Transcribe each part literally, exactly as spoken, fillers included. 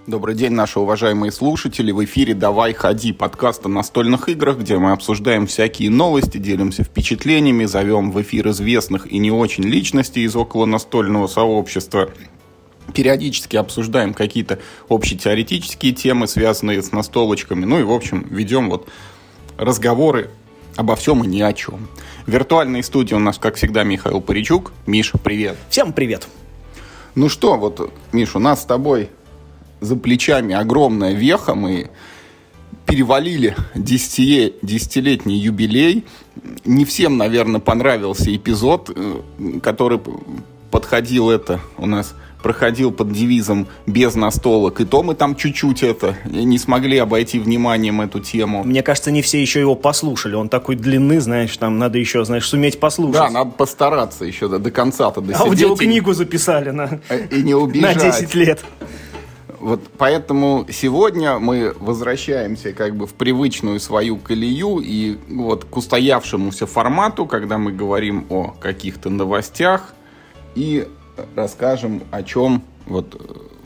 Добрый день, наши уважаемые слушатели. В эфире «Давай, ходи» подкаст о настольных играх, где мы обсуждаем всякие новости, делимся впечатлениями, зовем в эфир известных и не очень личностей из около настольного сообщества. Периодически обсуждаем какие-то общетеоретические темы, связанные с настолочками. Ну и, в общем, ведем вот разговоры обо всем и ни о чем. В виртуальной студии у нас, как всегда, Михаил Паричук. Миша, привет. Всем привет. Ну что, вот, Миш, у нас с тобой за плечами огромная веха. Мы перевалили десятилетний юбилей. Не всем, наверное, понравился эпизод, который подходил это у нас... проходил под девизом «без настолок». И то мы там чуть-чуть это не смогли обойти вниманием эту тему. Мне кажется, не все еще его послушали. Он такой длинный, знаешь, там надо еще, знаешь, суметь послушать. Да, надо постараться еще до, до конца-то досидеть. Аудиокнигу записали на, и не убежать. на десять лет. Вот поэтому сегодня мы возвращаемся как бы в привычную свою колею и вот к устоявшемуся формату, когда мы говорим о каких-то новостях и расскажем, о чем вот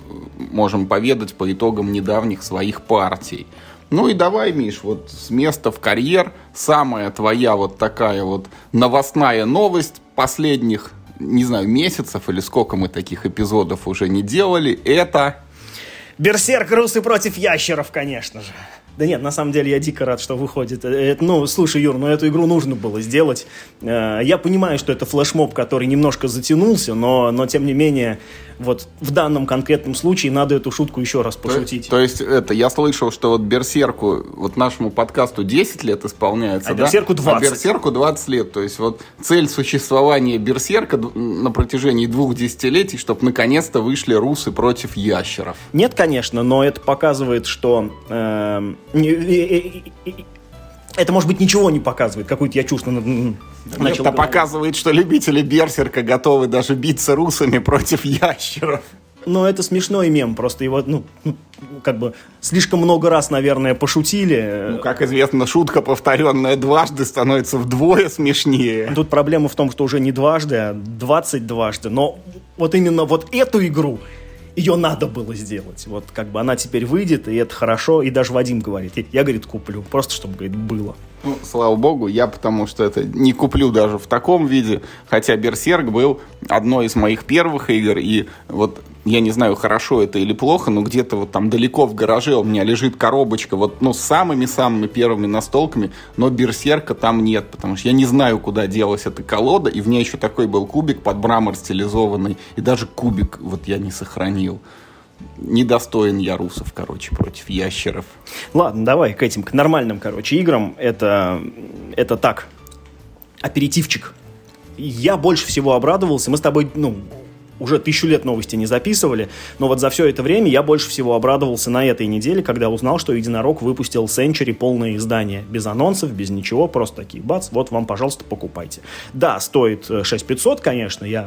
можем поведать по итогам недавних своих партий. Ну и давай, Миш, вот с места в карьер самая твоя вот такая вот новостная новость последних, не знаю, месяцев или сколько мы таких эпизодов уже не делали, это... Берсерк Русы против ящеров, конечно же. Да нет, на самом деле я дико рад, что выходит. Это, ну, слушай, Юр, ну эту игру нужно было сделать. Я понимаю, что это флешмоб, который немножко затянулся, но, но тем не менее, вот в данном конкретном случае надо эту шутку еще раз пошутить. То, то есть, это, я слышал, что вот Берсерку, вот нашему подкасту десять лет исполняется, а да? Берсерку двадцать. А Берсерку двадцать лет. То есть, вот цель существования Берсерка на протяжении двух десятилетий, чтобы наконец-то вышли русы против ящеров. Нет, конечно, но это показывает, что... Э- Это, может быть, ничего не показывает. Какую-то я чушь начал. Это показывает, что любители Берсерка готовы даже биться русами против ящеров. Ну, это смешной мем. Просто его, ну, ну, как бы, слишком много раз, наверное, пошутили. Ну, как известно, шутка, повторенная дважды, становится вдвое смешнее. Тут проблема в том, что уже не дважды, а двадцать дважды. Но вот именно вот эту игру ее надо было сделать. Вот как бы она теперь выйдет, и это хорошо. И даже Вадим говорит, я, говорит, куплю. Просто чтобы, говорит, было. Ну, слава богу, я потому что это не куплю даже в таком виде. Хотя Берсерк был одной из моих первых игр. И вот я не знаю, хорошо это или плохо, но где-то вот там далеко в гараже у меня лежит коробочка вот, ну, с самыми-самыми первыми настолками, но Берсерка там нет, потому что я не знаю, куда делась эта колода, и в ней еще такой был кубик под мрамор стилизованный, и даже кубик вот я не сохранил. Недостоин я русов, короче, против ящеров. Ладно, давай к этим, к нормальным, короче, играм. Это, это так, аперитивчик. Я больше всего обрадовался. Мы с тобой, ну, уже тысячу лет новости не записывали, но вот за все это время я больше всего обрадовался на этой неделе, когда узнал, что Единорог выпустил Century полное издание. Без анонсов, без ничего, просто такие, бац, вот вам, пожалуйста, покупайте. Да, стоит шесть тысяч пятьсот, конечно, я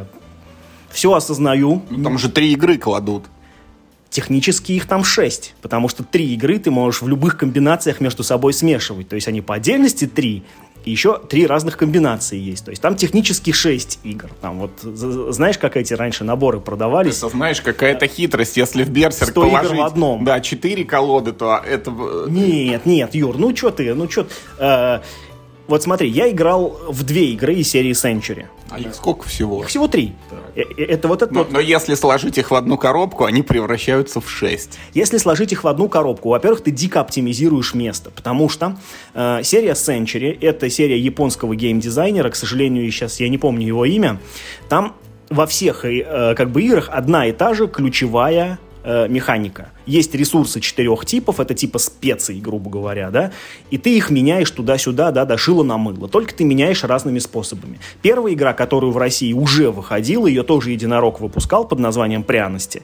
все осознаю. Ну, там же три игры кладут. Технически их там шесть, потому что три игры ты можешь в любых комбинациях между собой смешивать. То есть они по отдельности три, и еще три разных комбинации есть. То есть там технически шесть игр. Там вот, знаешь, как эти раньше наборы продавались? Это, знаешь, какая-то хитрость. Если в Берсерк положить... игр в одном. Да, четыре колоды, то это... Нет, нет, Юр, ну что ты, ну что... Э, вот смотри, я играл в две игры из серии Century. А их сколько всего? Их всего три. Это вот это но, вот... но если сложить их в одну коробку, они превращаются в шесть. Если сложить их в одну коробку, во-первых, ты дико оптимизируешь место, потому что э, серия Century — это серия японского геймдизайнера, к сожалению, сейчас я не помню его имя. Там во всех э, как бы играх одна и та же ключевая э, механика. Есть ресурсы четырех типов, это типа специй, грубо говоря, да, и ты их меняешь туда-сюда, да, до шила на мыло. Только ты меняешь разными способами. Первая игра, которую в России уже выходила, ее тоже Единорог выпускал под названием «Пряности»,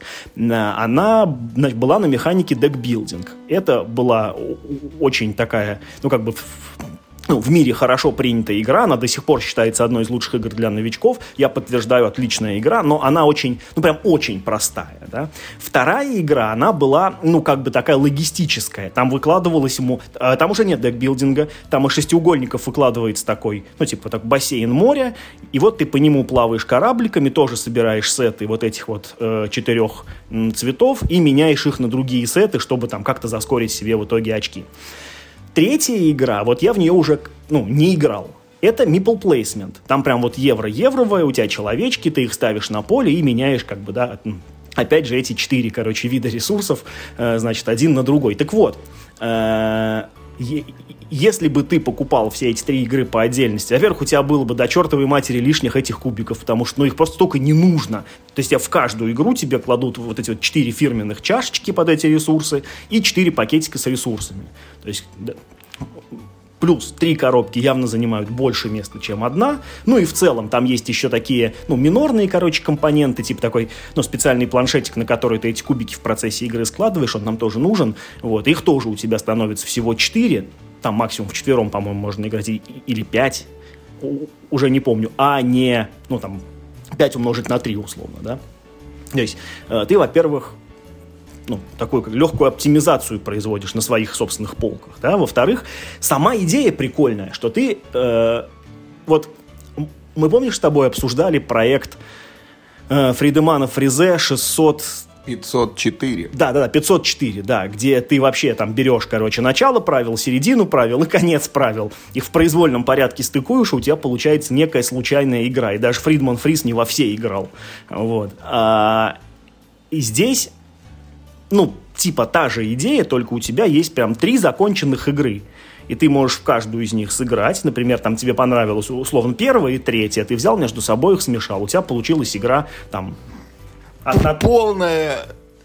она была на механике декбилдинг. Это была очень такая, ну как бы ну, в мире хорошо принятая игра, она до сих пор считается одной из лучших игр для новичков, я подтверждаю, отличная игра, но она очень, ну, прям очень простая, да. Вторая игра, она была, ну, как бы такая логистическая, там выкладывалось ему, там уже нет декбилдинга, там из шестиугольников выкладывается такой, ну, типа, так, бассейн моря, и вот ты по нему плаваешь корабликами, тоже собираешь сеты вот этих вот э, четырех м, цветов и меняешь их на другие сеты, чтобы там как-то заскорить себе в итоге очки. Третья игра, вот я в нее уже, ну, не играл. Это Meeple Placement. Там прям вот евро-евровое, у тебя человечки, ты их ставишь на поле и меняешь, как бы, да, опять же, эти четыре, короче, вида ресурсов, э, значит, один на другой. Так вот, э, е- если бы ты покупал все эти три игры по отдельности, во-первых, у тебя было бы до чертовой матери лишних этих кубиков, потому что, ну, их просто столько не нужно. То есть, я в каждую игру тебе кладут вот эти вот четыре фирменных чашечки под эти ресурсы и четыре пакетика с ресурсами. То есть, да, плюс три коробки явно занимают больше места, чем одна. Ну и в целом там есть еще такие, ну, минорные, короче, компоненты, типа такой, ну, специальный планшетик, на который ты эти кубики в процессе игры складываешь, он нам тоже нужен. Вот, их тоже у тебя становится всего четыре. Там максимум вчетвером, по-моему, можно играть, или пять, уже не помню, а не, ну, там, пять умножить на три, условно, да. То есть ты, во-первых, ну, такую как легкую оптимизацию производишь на своих собственных полках, да. Во-вторых, сама идея прикольная, что ты, э, вот, мы, помнишь, с тобой обсуждали проект э, Фридемана Фризе шестьсот... пятьсот четыре. Да, да, да, пятьсот четыре, да, где ты вообще там берешь, короче, начало правил, середину правил и конец правил. Их в произвольном порядке стыкуешь, и у тебя получается некая случайная игра. И даже Фридман Фриз не во все играл. Вот. А, и здесь, ну, типа та же идея, только у тебя есть прям три законченных игры. И ты можешь в каждую из них сыграть. Например, там тебе понравилось условно первая и третья. Ты взял между собой их, смешал. У тебя получилась игра там... Одна... Полное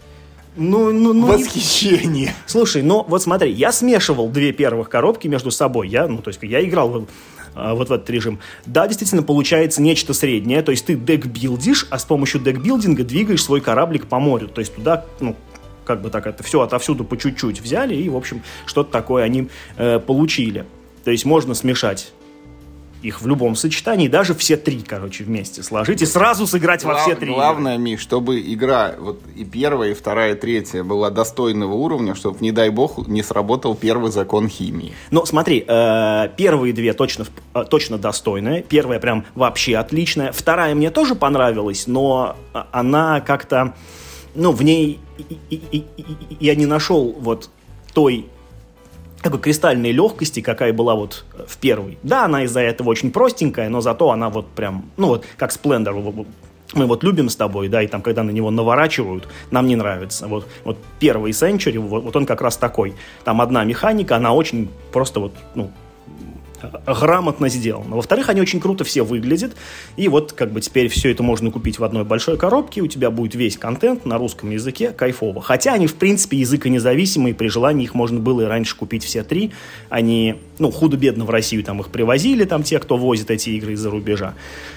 ну, ну, ну, восхищение. Не... Слушай, ну вот смотри, я смешивал две первых коробки между собой. Я, ну, то есть я играл в, а, вот в этот режим. Да, действительно, получается нечто среднее. То есть ты декбилдишь, а с помощью декбилдинга двигаешь свой кораблик по морю. То есть туда, ну, как бы так, это все отовсюду по чуть-чуть взяли, и, в общем, что-то такое они э, получили. То есть можно смешать их в любом сочетании, даже все три, короче, вместе сложить и сразу сыграть Глав, во все три. Главное, игры. Миш, чтобы игра, вот и первая, и вторая, и третья была достойного уровня, чтобы, не дай бог, не сработал первый закон химии. Ну, смотри, э, первые две точно, э, точно достойные. Первая прям вообще отличная. Вторая мне тоже понравилась, но она как-то, ну, в ней и, и, и, и, я не нашел вот той такой кристальной легкости, какая была вот в первой. Да, она из-за этого очень простенькая, но зато она вот прям, ну вот, как Splendor, мы вот любим с тобой, да, и там, когда на него наворачивают, нам не нравится. Вот, вот первый Century, вот, вот он как раз такой. Там одна механика, она очень просто вот, ну, грамотно сделано. Во-вторых, они очень круто все выглядят. И вот как бы теперь все это можно купить в одной большой коробке. У тебя будет весь контент на русском языке. Кайфово. Хотя они, в принципе, языконезависимые. При желании их можно было и раньше купить все три. Они, ну, худо-бедно в Россию там их привозили, там те, кто возит эти игры из-за рубежа.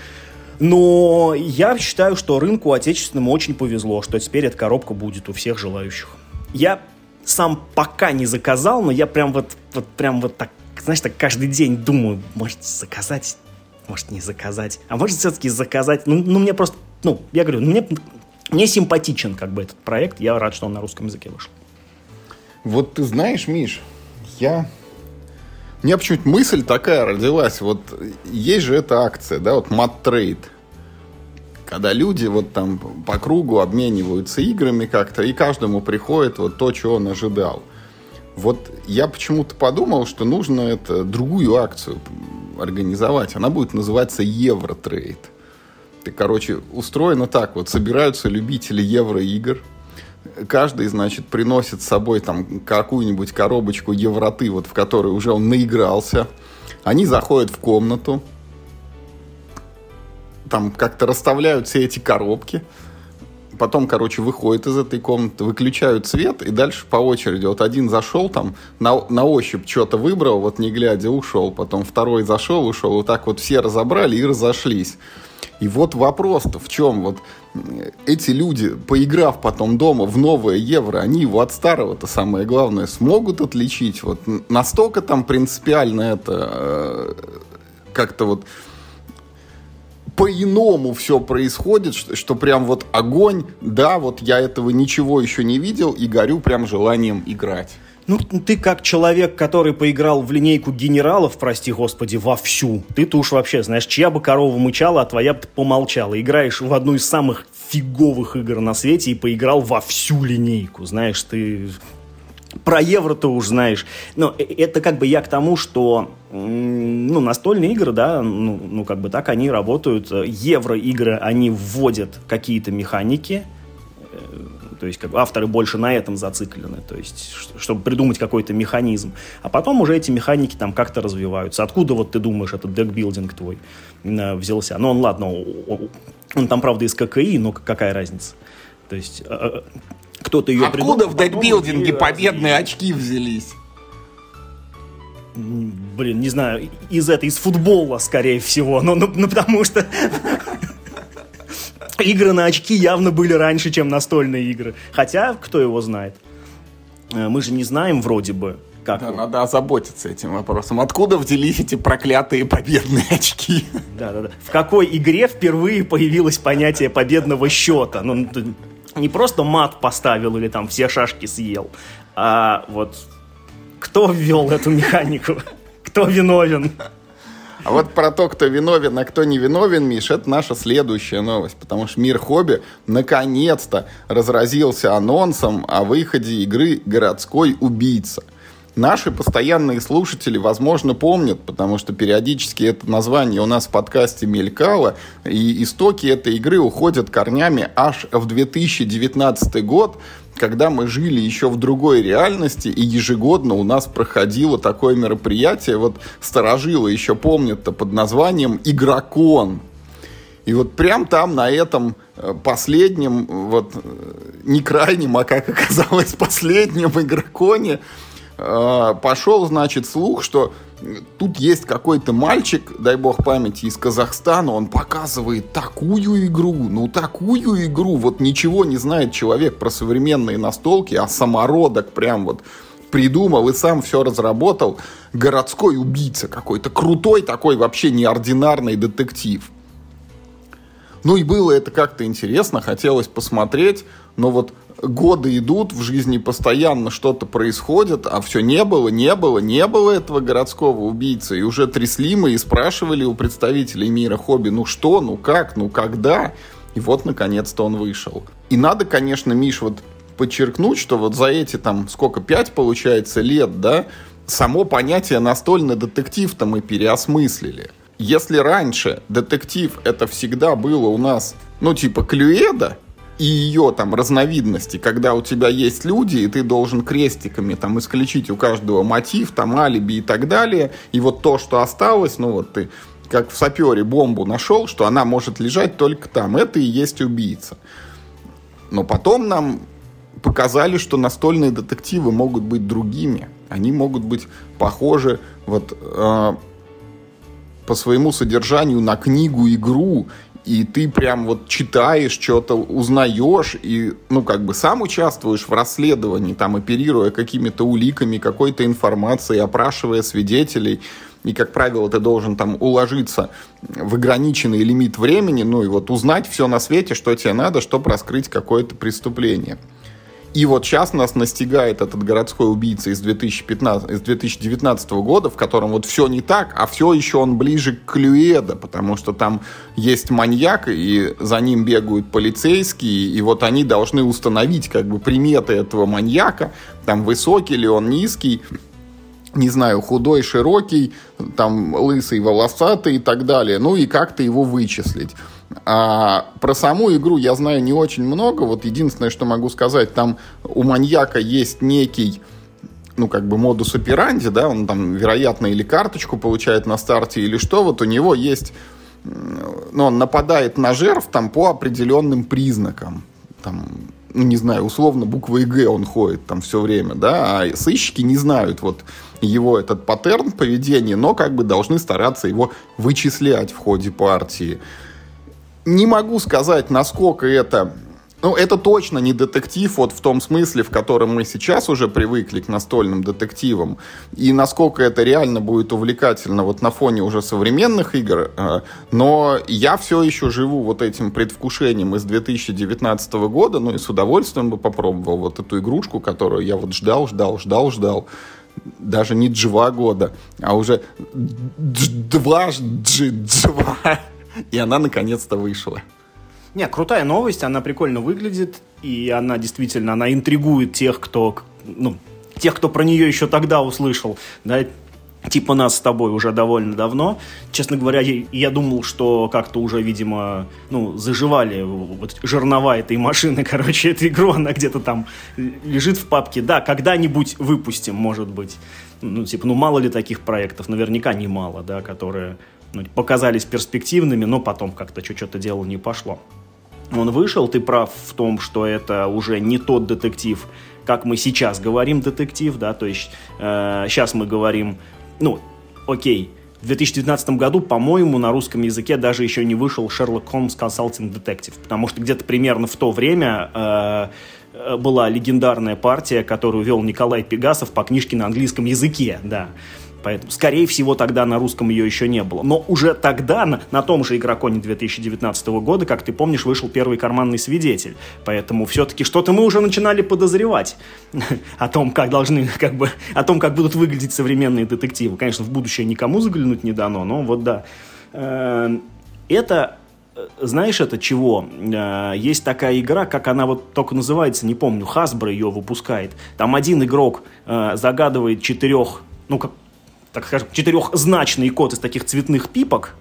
Но я считаю, что рынку отечественному очень повезло, что теперь эта коробка будет у всех желающих. Я сам пока не заказал, но я прям вот, вот прям вот так, знаешь, так каждый день думаю, может заказать, может не заказать, а может все-таки заказать. Ну, ну мне просто, ну, я говорю, мне, мне симпатичен как бы этот проект, я рад, что он на русском языке вышел. Вот ты знаешь, Миш, я... У меня почему-то мысль такая родилась, вот есть же эта акция, да, вот Mad Trade, когда люди вот там по кругу обмениваются играми как-то, и каждому приходит вот то, чего он ожидал. Вот я почему-то подумал, что нужно это, другую акцию организовать. Она будет называться Евротрейд. Это, короче, устроено так. Вот собираются любители евроигр. Каждый, значит, приносит с собой там какую-нибудь коробочку евроты, вот в которой уже он наигрался. Они заходят в комнату. Там как-то расставляют все эти коробки. Потом, короче, выходят из этой комнаты, выключают свет, и дальше по очереди. Вот один зашел, там, на, на ощупь что-то выбрал, вот не глядя, ушел. Потом второй зашел, ушел. Вот так вот все разобрали и разошлись. И вот вопрос-то в чем? Вот эти люди, поиграв потом дома в новое евро, они его от старого-то, самое главное, смогут отличить? Вот настолько там принципиально это э, как-то вот по-иному все происходит, что, что прям вот огонь, да, вот я этого ничего еще не видел и горю прям желанием играть. Ну, ты как человек, который поиграл в линейку генералов, прости господи, вовсю, ты-то уж вообще, знаешь, чья бы корова мычала, а твоя бы помолчала. Играешь в одну из самых фиговых игр на свете и поиграл во всю линейку, знаешь, ты... Про евро ты уж знаешь. Но это как бы я к тому, что ну, настольные игры, да, ну, ну как бы так они работают. Евро-игры, они вводят какие-то механики, то есть как бы авторы больше на этом зациклены, то есть чтобы придумать какой-то механизм. А потом уже эти механики там как-то развиваются. Откуда вот ты думаешь этот декбилдинг твой э, взялся? Ну он, ладно, он, он там, правда, из ка ка и, но какая разница? То есть э, кто-то ее придумал. Откуда в декбилдинге победные очки взялись? Блин, не знаю, из этой, из футбола, скорее всего. Ну, ну, ну потому что... Игры на очки явно были раньше, чем настольные игры. Хотя, кто его знает. Мы же не знаем вроде бы, как... Да, надо озаботиться этим вопросом. Откуда взялись эти проклятые победные очки? Да-да-да. В какой игре впервые появилось понятие победного счета? Ну, не просто мат поставил или там все шашки съел, а вот кто ввел эту механику? Кто виновен? А вот про то, кто виновен, а кто не виновен, Миш, это наша следующая новость. Потому что Мир Хобби наконец-то разразился анонсом о выходе игры «Городской убийца». Наши постоянные слушатели, возможно, помнят, потому что периодически это название у нас в подкасте мелькало, и истоки этой игры уходят корнями аж в две тысячи девятнадцатый год, когда мы жили еще в другой реальности, и ежегодно у нас проходило такое мероприятие, вот старожилы еще помнят-то под названием «Игрокон». И вот прям там на этом последнем, вот не крайнем, а как оказалось последнем игроконе, пошел, значит, слух, что тут есть какой-то мальчик, дай бог памяти, из Казахстана, он показывает такую игру, ну такую игру, вот ничего не знает человек про современные настолки, а самородок прям вот придумал и сам все разработал. «Городской убийца» какой-то, крутой такой вообще неординарный детектив. Ну и было это как-то интересно, хотелось посмотреть, но вот годы идут, в жизни постоянно что-то происходит, а все не было, не было, не было этого городского убийцы. И уже трясли мы и спрашивали у представителей Мира Хобби, ну что, ну как, ну когда? И вот, наконец-то, он вышел. И надо, конечно, Миш, вот подчеркнуть, что вот за эти там, сколько, пять, получается, лет, да, само понятие настольный детектив-то мы переосмыслили. Если раньше детектив это всегда было у нас, ну, типа Клюэда, и ее там разновидности, когда у тебя есть люди, и ты должен крестиками там исключить у каждого мотив, там алиби и так далее, и вот то, что осталось, ну вот ты как в сапере бомбу нашел, что она может лежать только там, это и есть убийца. Но потом нам показали, что настольные детективы могут быть другими, они могут быть похожи вот э, по своему содержанию на книгу-игру, и ты прям вот читаешь, что-то узнаешь, и, ну, как бы сам участвуешь в расследовании, там, оперируя какими-то уликами, какой-то информацией, опрашивая свидетелей, и, как правило, ты должен там уложиться в ограниченный лимит времени, ну, и вот узнать все на свете, что тебе надо, чтобы раскрыть какое-то преступление. И вот сейчас нас настигает этот городской убийца из две тысячи пятнадцатого, из две тысячи девятнадцатого года, в котором вот все не так, а все еще он ближе к Клюэда, потому что там есть маньяк, и за ним бегают полицейские, и вот они должны установить как бы приметы этого маньяка, там высокий ли он, низкий, не знаю, худой, широкий, там лысый, волосатый и так далее, ну и как-то его вычислить. А про саму игру я знаю не очень много. Вот единственное, что могу сказать, там у маньяка есть некий, ну, как бы модус операнди, да, он там, вероятно, или карточку получает на старте, или что, вот у него есть, ну, он нападает на жертв там по определенным признакам, там, ну, не знаю, условно, буквой Г он ходит там все время, да, а сыщики не знают вот его этот паттерн поведения, но как бы должны стараться его вычислять в ходе партии. не могу сказать, насколько это... Ну, это точно не детектив, вот в том смысле, в котором мы сейчас уже привыкли к настольным детективам. И насколько это реально будет увлекательно вот на фоне уже современных игр. Но я все еще живу вот этим предвкушением из две тысячи девятнадцатого года, ну и с удовольствием бы попробовал вот эту игрушку, которую я вот ждал, ждал, ждал, ждал. Даже не два года, а уже два, два. И она наконец-то вышла. Не, крутая новость, она прикольно выглядит, и она действительно, она интригует тех, кто, ну, тех, кто про нее еще тогда услышал, да, типа нас с тобой уже довольно давно. Честно говоря, я, я думал, что как-то уже, видимо, ну, заживали вот жернова этой машины, короче, эту игру, она где-то там лежит в папке. Да, когда-нибудь выпустим, может быть. Ну, типа, ну, мало ли таких проектов, наверняка немало, да, которые, ну, показались перспективными, но потом как-то что-то дело не пошло. Он вышел, ты прав в том, что это уже не тот детектив, как мы сейчас говорим детектив, да, то есть э, сейчас мы говорим, ну, окей, в две тысячи девятнадцатом году, по-моему, на русском языке даже еще не вышел Sherlock Holmes Consulting Detective, потому что где-то примерно в то время э, была легендарная партия, которую вел Николай Пегасов по книжке на английском языке, да. Поэтому, скорее всего, тогда на русском ее еще не было. Но уже тогда, на, на том же Игроконе две тысячи девятнадцатого года, как ты помнишь, вышел первый карманный свидетель. Поэтому все-таки что-то мы уже начинали подозревать о том, как должны, как бы, о том, как будут выглядеть современные детективы. Конечно, в будущее никому заглянуть не дано, но вот да. Это, знаешь, это чего? Есть такая игра, как она вот только называется, не помню, Hasbro ее выпускает. Там один игрок загадывает четырех, ну, как так скажем, четырехзначный код из таких цветных пипок,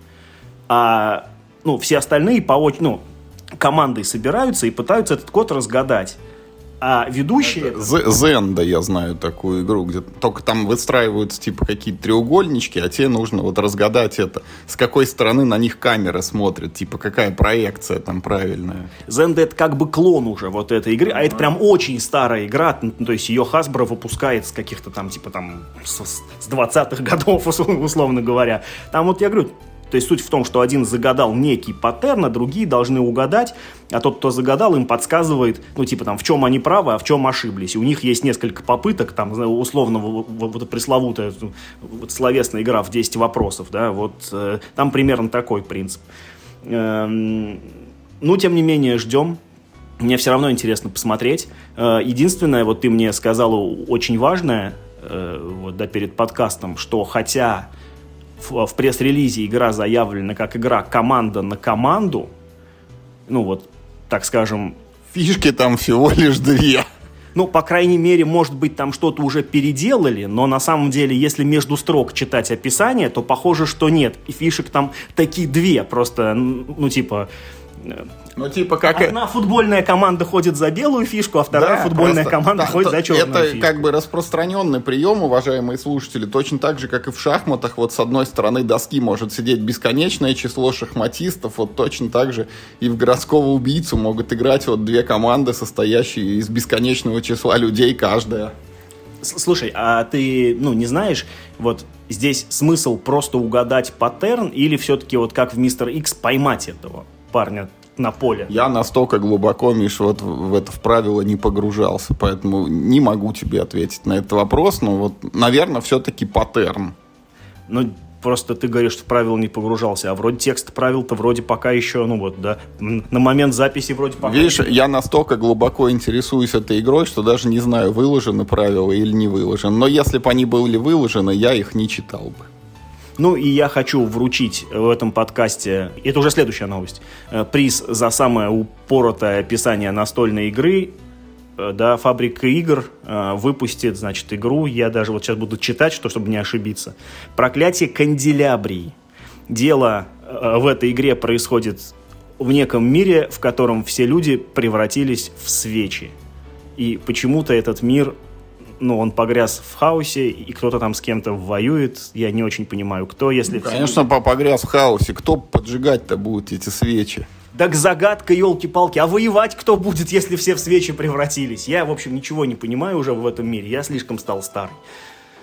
а ну, все остальные по очереди, ну, командой собираются и пытаются этот код разгадать. А ведущие... Зенда, я знаю такую игру, где только там выстраиваются типа какие-то треугольнички, а тебе нужно вот разгадать это, с какой стороны на них камера смотрит, типа какая проекция там правильная. Зенда — это как бы клон уже вот этой игры, а это прям очень старая игра, ну, то есть ее Hasbro выпускает с каких-то там, типа там, с, с двадцатых годов, условно говоря. Там вот я говорю... То есть суть в том, что один загадал некий паттерн, а другие должны угадать, а тот, кто загадал, им подсказывает, ну, типа, там, в чем они правы, а в чем ошиблись. И у них есть несколько попыток, там, условно, вот пресловутая вот, словесная игра в десять вопросов, да, вот э, там примерно такой принцип. Э, ну, тем не менее, ждем. Мне все равно интересно посмотреть. Э, единственное, вот ты мне сказала очень важное, э, вот, да, перед подкастом, что хотя... В, в пресс-релизе игра заявлена как игра команда на команду. Ну вот, так скажем... Фишки там всего лишь две. Ну, по крайней мере, может быть, там что-то уже переделали, но на самом деле, если между строк читать описание, то похоже, что нет. И фишек там такие две, просто, ну, типа... Ну, типа как... Одна футбольная команда ходит за белую фишку, а вторая да, футбольная просто, команда да, ходит за черную это фишку. Это как бы распространенный прием, уважаемые слушатели, точно так же, как и в шахматах. Вот с одной стороны доски может сидеть бесконечное число шахматистов, вот точно так же и в городского убийцу могут играть вот две команды, состоящие из бесконечного числа людей каждая. Слушай, а ты, ну, не знаешь, вот здесь смысл просто угадать паттерн или все-таки вот как в Мистер Икс поймать этого парня на поле? Я настолько глубоко, Миш, вот в это в правило не погружался, поэтому не могу тебе ответить на этот вопрос, но вот, наверное, все-таки паттерн. Ну, просто ты говоришь, что в правила не погружался, а вроде текст правил-то вроде пока еще, ну вот, да, на момент записи вроде пока... Видишь, я настолько глубоко интересуюсь этой игрой, что даже не знаю, выложены правила или не выложены, но если бы они были выложены, я их не читал бы. Ну и я хочу вручить в этом подкасте, это уже следующая новость, приз за самое упоротое описание настольной игры. Да, Фабрика игр выпустит, значит, игру, я даже вот сейчас буду читать, что, чтобы не ошибиться. «Проклятие канделябрий». Дело в этой игре происходит в неком мире, в котором все люди превратились в свечи. И почему-то этот мир... Ну, он погряз в хаосе, и кто-то там с кем-то воюет. Я не очень понимаю, кто, если... Ну, конечно, все... погряз в хаосе. Кто поджигать-то будет эти свечи? Так загадка, елки-палки. А воевать кто будет, если все в свечи превратились? Я, в общем, ничего не понимаю уже в этом мире. Я слишком стал старый.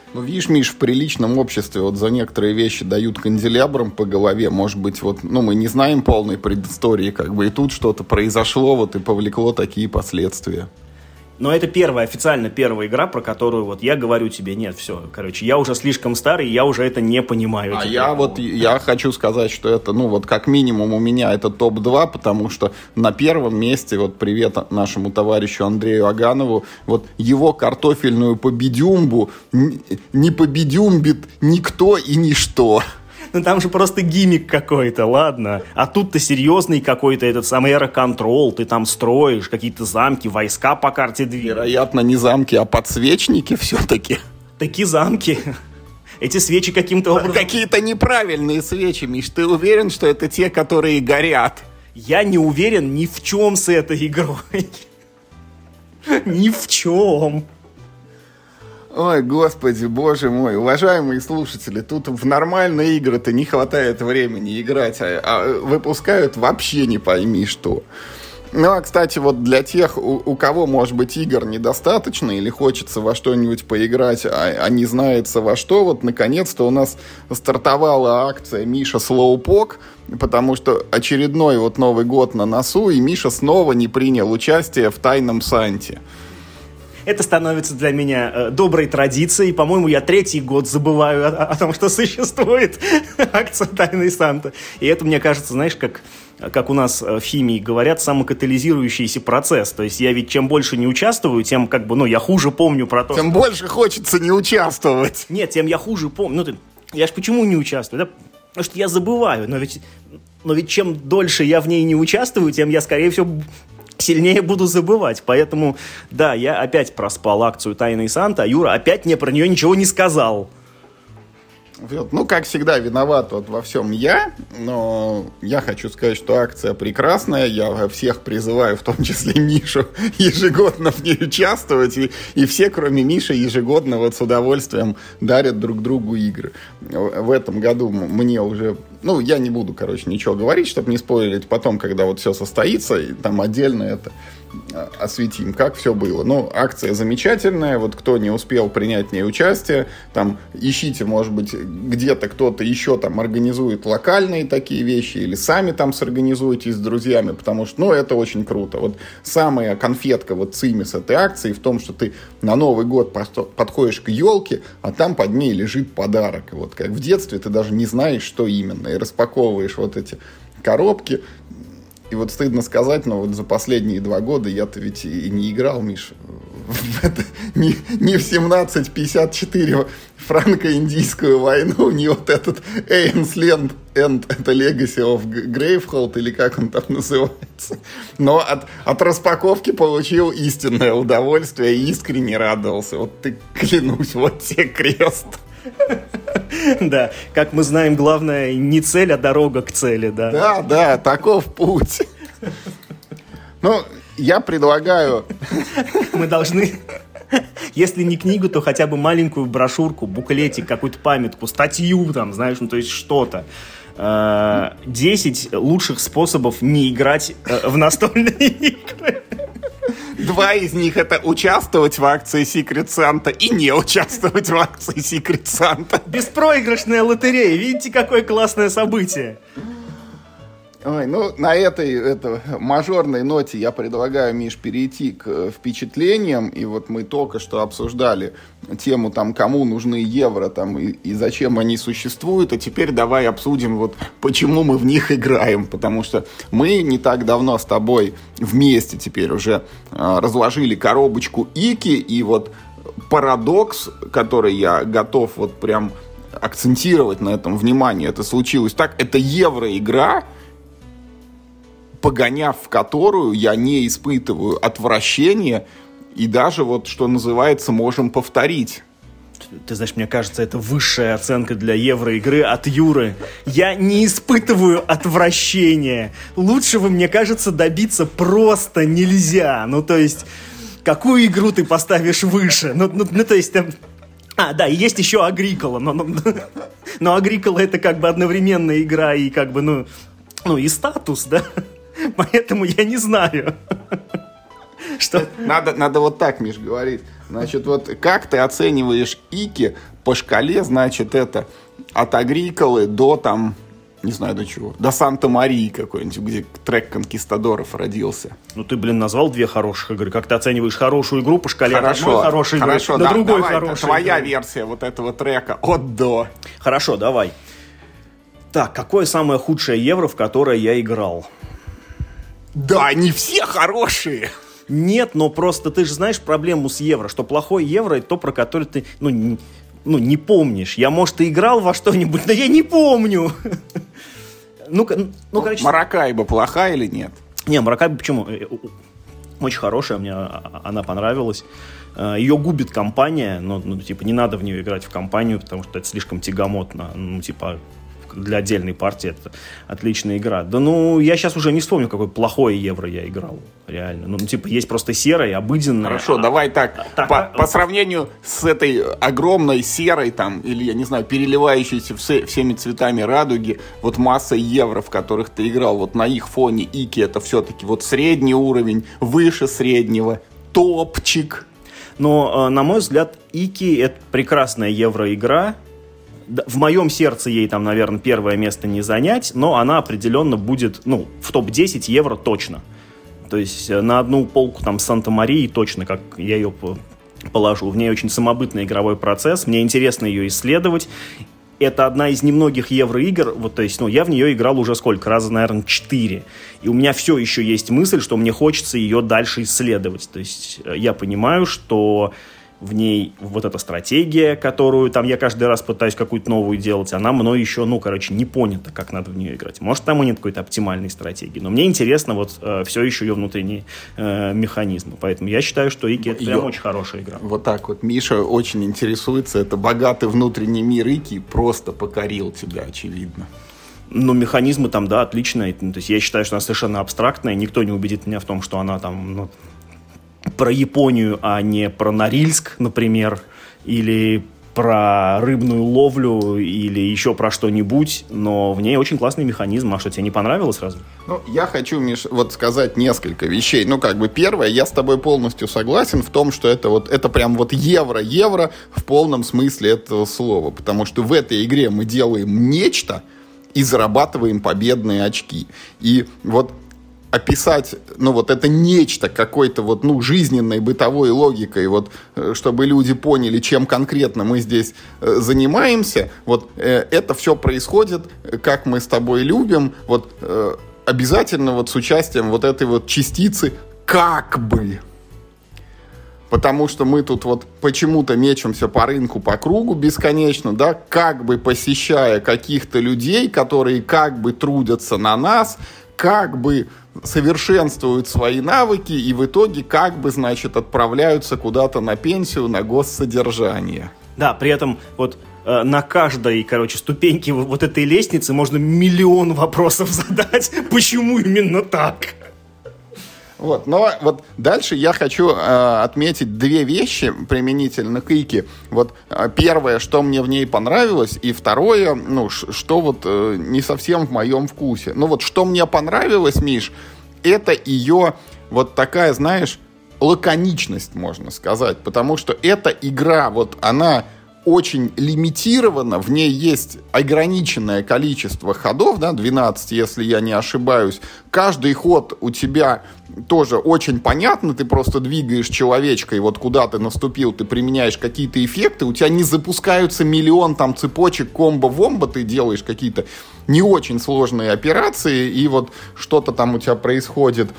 Ну, видишь, Миш, в приличном обществе вот за некоторые вещи дают канделябром по голове. Может быть, вот, ну, мы не знаем полной предыстории, как бы, и тут что-то произошло, вот, и повлекло такие последствия. Но это первая, официально первая игра, про которую вот я говорю тебе, нет, все, короче, я уже слишком старый, я уже это не понимаю. А теперь. я вот, я хочу сказать, что это, ну, вот как минимум у меня это топ два, потому что на первом месте, вот привет нашему товарищу Андрею Аганову, вот его картофельную победюмбу не победюмбит никто и ничто. Ну там же просто гиммик какой-то, ладно. А тут-то серьезный какой-то этот самый аэроконтрол. Ты там строишь какие-то замки, войска по карте двигаешь. Вероятно, не замки, а подсвечники все-таки. Такие замки. Эти свечи каким-то образом... Какие-то неправильные свечи, Миш. Ты уверен, что это те, которые горят? Я не уверен ни в чем с этой игрой. Ни в чем. Ой, господи, боже мой, уважаемые слушатели, тут в нормальные игры-то не хватает времени играть, а, а выпускают вообще не пойми что. Ну, а, кстати, вот для тех, у, у кого, может быть, игр недостаточно или хочется во что-нибудь поиграть, а, а не знается во что, вот, наконец-то у нас стартовала акция «Миша Слоупок», потому что очередной вот Новый год на носу, и Миша снова не принял участие в «Тайном Санте». Это становится для меня э, доброй традицией. По-моему, я третий год забываю о, о том, что существует акция «Тайный Санта». И это, мне кажется, знаешь, как, как у нас в химии говорят, самокатализирующийся процесс. То есть я ведь чем больше не участвую, тем как бы, ну, я хуже помню про то, Тем что... больше хочется не участвовать. Нет, тем я хуже помню. Ну, ты... Я ж почему не участвую? Да? Потому что я забываю. Но ведь... но ведь чем дольше я в ней не участвую, тем я, скорее всего... сильнее буду забывать. Поэтому, да, я опять проспал акцию «Тайный Санта», а Юра опять мне про нее ничего не сказал. Ну, как всегда, виноват вот во всем я, но я хочу сказать, что акция прекрасная, я всех призываю, в том числе Мишу, ежегодно в ней участвовать, и, и все, кроме Миши, ежегодно вот с удовольствием дарят друг другу игры. В этом году мне уже, ну, я не буду, короче, ничего говорить, чтобы не спойлерить, потом, когда вот все состоится, и там отдельно это осветим, как все было. Ну, акция замечательная, вот кто не успел принять в ней участие, там, ищите, может быть, где-то кто-то еще там организует локальные такие вещи, или сами там сорганизуйтесь с друзьями, потому что, ну, это очень круто. Вот самая конфетка, вот цимис этой акции в том, что ты на Новый год подходишь к елке, а там под ней лежит подарок. И вот как в детстве ты даже не знаешь, что именно, и распаковываешь вот эти коробки. И вот стыдно сказать, но вот за последние два года я-то ведь и не играл, Миша, в это, не, не в семнадцать пятьдесят четыре франко-индийскую войну, не вот этот Aeon's Land End, это Legacy of Gravehold, или как он там называется. Но от, от распаковки получил истинное удовольствие и искренне радовался. Вот ты, клянусь, вот тебе крест. Да, как мы знаем, главное не цель, а дорога к цели, да. Да, да, таков путь. Ну, я предлагаю... Мы должны, если не книгу, то хотя бы маленькую брошюрку, буклетик, какую-то памятку, статью там, знаешь, ну то есть что-то. десять лучших способов не играть в настольные игры. Два из них — это участвовать в акции Secret Santa и не участвовать в акции Secret Santa. Беспроигрышная лотерея. Видите, какое классное событие. Ой, ну, на этой это, мажорной ноте я предлагаю, Миш, перейти к впечатлениям. И вот мы только что обсуждали тему, там, кому нужны евро, там, и, и зачем они существуют. А теперь давай обсудим, вот, почему мы в них играем. Потому что мы не так давно с тобой вместе теперь уже э, разложили коробочку Ики. И вот парадокс, который я готов вот прям акцентировать на этом внимание, это случилось так. Это евроигра, погоняв в которую я не испытываю отвращения и даже, вот, что называется, можем повторить. Ты знаешь, мне кажется, это высшая оценка для евроигры от Юры. Я не испытываю отвращения. Лучшего, мне кажется, добиться просто нельзя. Ну, то есть, какую игру ты поставишь выше? Ну, ну, ну то есть... Там... А, да, и есть еще Агрикола. Но, но, но Агрикола — это как бы одновременная игра и как бы, ну... Ну, и статус, да? Поэтому я не знаю. Что? Надо, надо вот так, Миш, говорить. Значит, вот как ты оцениваешь Ики по шкале, значит, это от Агриколы до там, не знаю до чего, до Санта-Марии какой-нибудь, где трек Конкистадоров родился. Ну ты, блин, назвал две хороших игры. Как ты оцениваешь хорошую игру по шкале хорошо, от одной хорошей игры хорошо, до да, другой давай, хорошей твоя игры? версия вот этого трека от до. Хорошо, давай. Так, какое самое худшее евро, в которое я играл? Да, они все хорошие. Нет, но просто ты же знаешь проблему с евро, что плохое евро это то, про которое ты, ну, не, ну, не помнишь. Я, может, и играл во что-нибудь, но я не помню. Ну, ну, короче... Маракайба плохая или нет? Не, Маракайба почему? Очень хорошая, мне она понравилась. Ее губит компания, но, ну, типа, не надо в нее играть в компанию, потому что это слишком тягомотно. Ну, типа... Для отдельной партии это отличная игра. Да ну, я сейчас уже не вспомню, какое плохое евро я играл. Реально. Ну, типа, есть просто серое, обыденное. Хорошо, а, давай так. так по, а, по сравнению с этой огромной серой, там, или, я не знаю, переливающейся все, всеми цветами радуги, вот масса евро, в которых ты играл, вот на их фоне Ики это все-таки вот средний уровень, выше среднего, топчик. Но, на мой взгляд, Ики это прекрасная евроигра. В моем сердце ей там, наверное, первое место не занять, но она определенно будет, ну, в топ десять евро точно. То есть на одну полку там Санта-Марии точно, как я ее положу. В ней очень самобытный игровой процесс, мне интересно ее исследовать. Это одна из немногих евроигр, вот, то есть, ну, я в нее играл уже сколько? Раза, наверное, четыре. И у меня все еще есть мысль, что мне хочется ее дальше исследовать. То есть я понимаю, что... В ней вот эта стратегия, которую там я каждый раз пытаюсь какую-то новую делать, она мной еще, ну, короче, не понята, как надо в нее играть. Может, там и нет какой-то оптимальной стратегии. Но мне интересно вот э, все еще ее внутренние э, механизмы. Поэтому я считаю, что Ики это прям очень хорошая игра. Вот так вот. Миша очень интересуется. Это богатый внутренний мир Ики просто покорил тебя, очевидно. Ну, механизмы там, да, отличные. То есть я считаю, что она совершенно абстрактная. Никто не убедит меня в том, что она там... Ну, про Японию, а не про Норильск, например, или про рыбную ловлю, или еще про что-нибудь, но в ней очень классный механизм. А что, тебе не понравилось сразу? Ну, я хочу, Миш, вот сказать несколько вещей. Ну, как бы, первое, я с тобой полностью согласен в том, что это вот, это прям вот евро-евро в полном смысле этого слова, потому что в этой игре мы делаем нечто и зарабатываем победные очки. И вот описать, ну, вот это нечто какой-то вот, ну, жизненной бытовой логикой, вот, чтобы люди поняли, чем конкретно мы здесь э, занимаемся, вот, э, это все происходит, как мы с тобой любим, вот, э, обязательно вот с участием вот этой вот частицы «как бы». Потому что мы тут вот почему-то мечемся по рынку, по кругу бесконечно, да, как бы посещая каких-то людей, которые как бы трудятся на нас, как бы совершенствуют свои навыки и в итоге как бы, значит, отправляются куда-то на пенсию, на госсодержание. Да, при этом вот э, на каждой, короче, ступеньке вот, вот этой лестницы можно миллион вопросов задать, почему именно так. Вот, но вот дальше я хочу э, отметить две вещи применительно к Ике. Вот э, первое, что мне в ней понравилось, и второе, ну, ш, что вот э, не совсем в моем вкусе. Ну вот что мне понравилось, Миш, это ее вот такая, знаешь, лаконичность, можно сказать. Потому что эта игра, вот она очень лимитирована, в ней есть ограниченное количество ходов, да, двенадцать, если я не ошибаюсь. Каждый ход у тебя тоже очень понятно, ты просто двигаешь человечка, и вот куда ты наступил, ты применяешь какие-то эффекты, у тебя не запускаются миллион там цепочек, комбо-вомбо, ты делаешь какие-то не очень сложные операции, и вот что-то там у тебя происходит.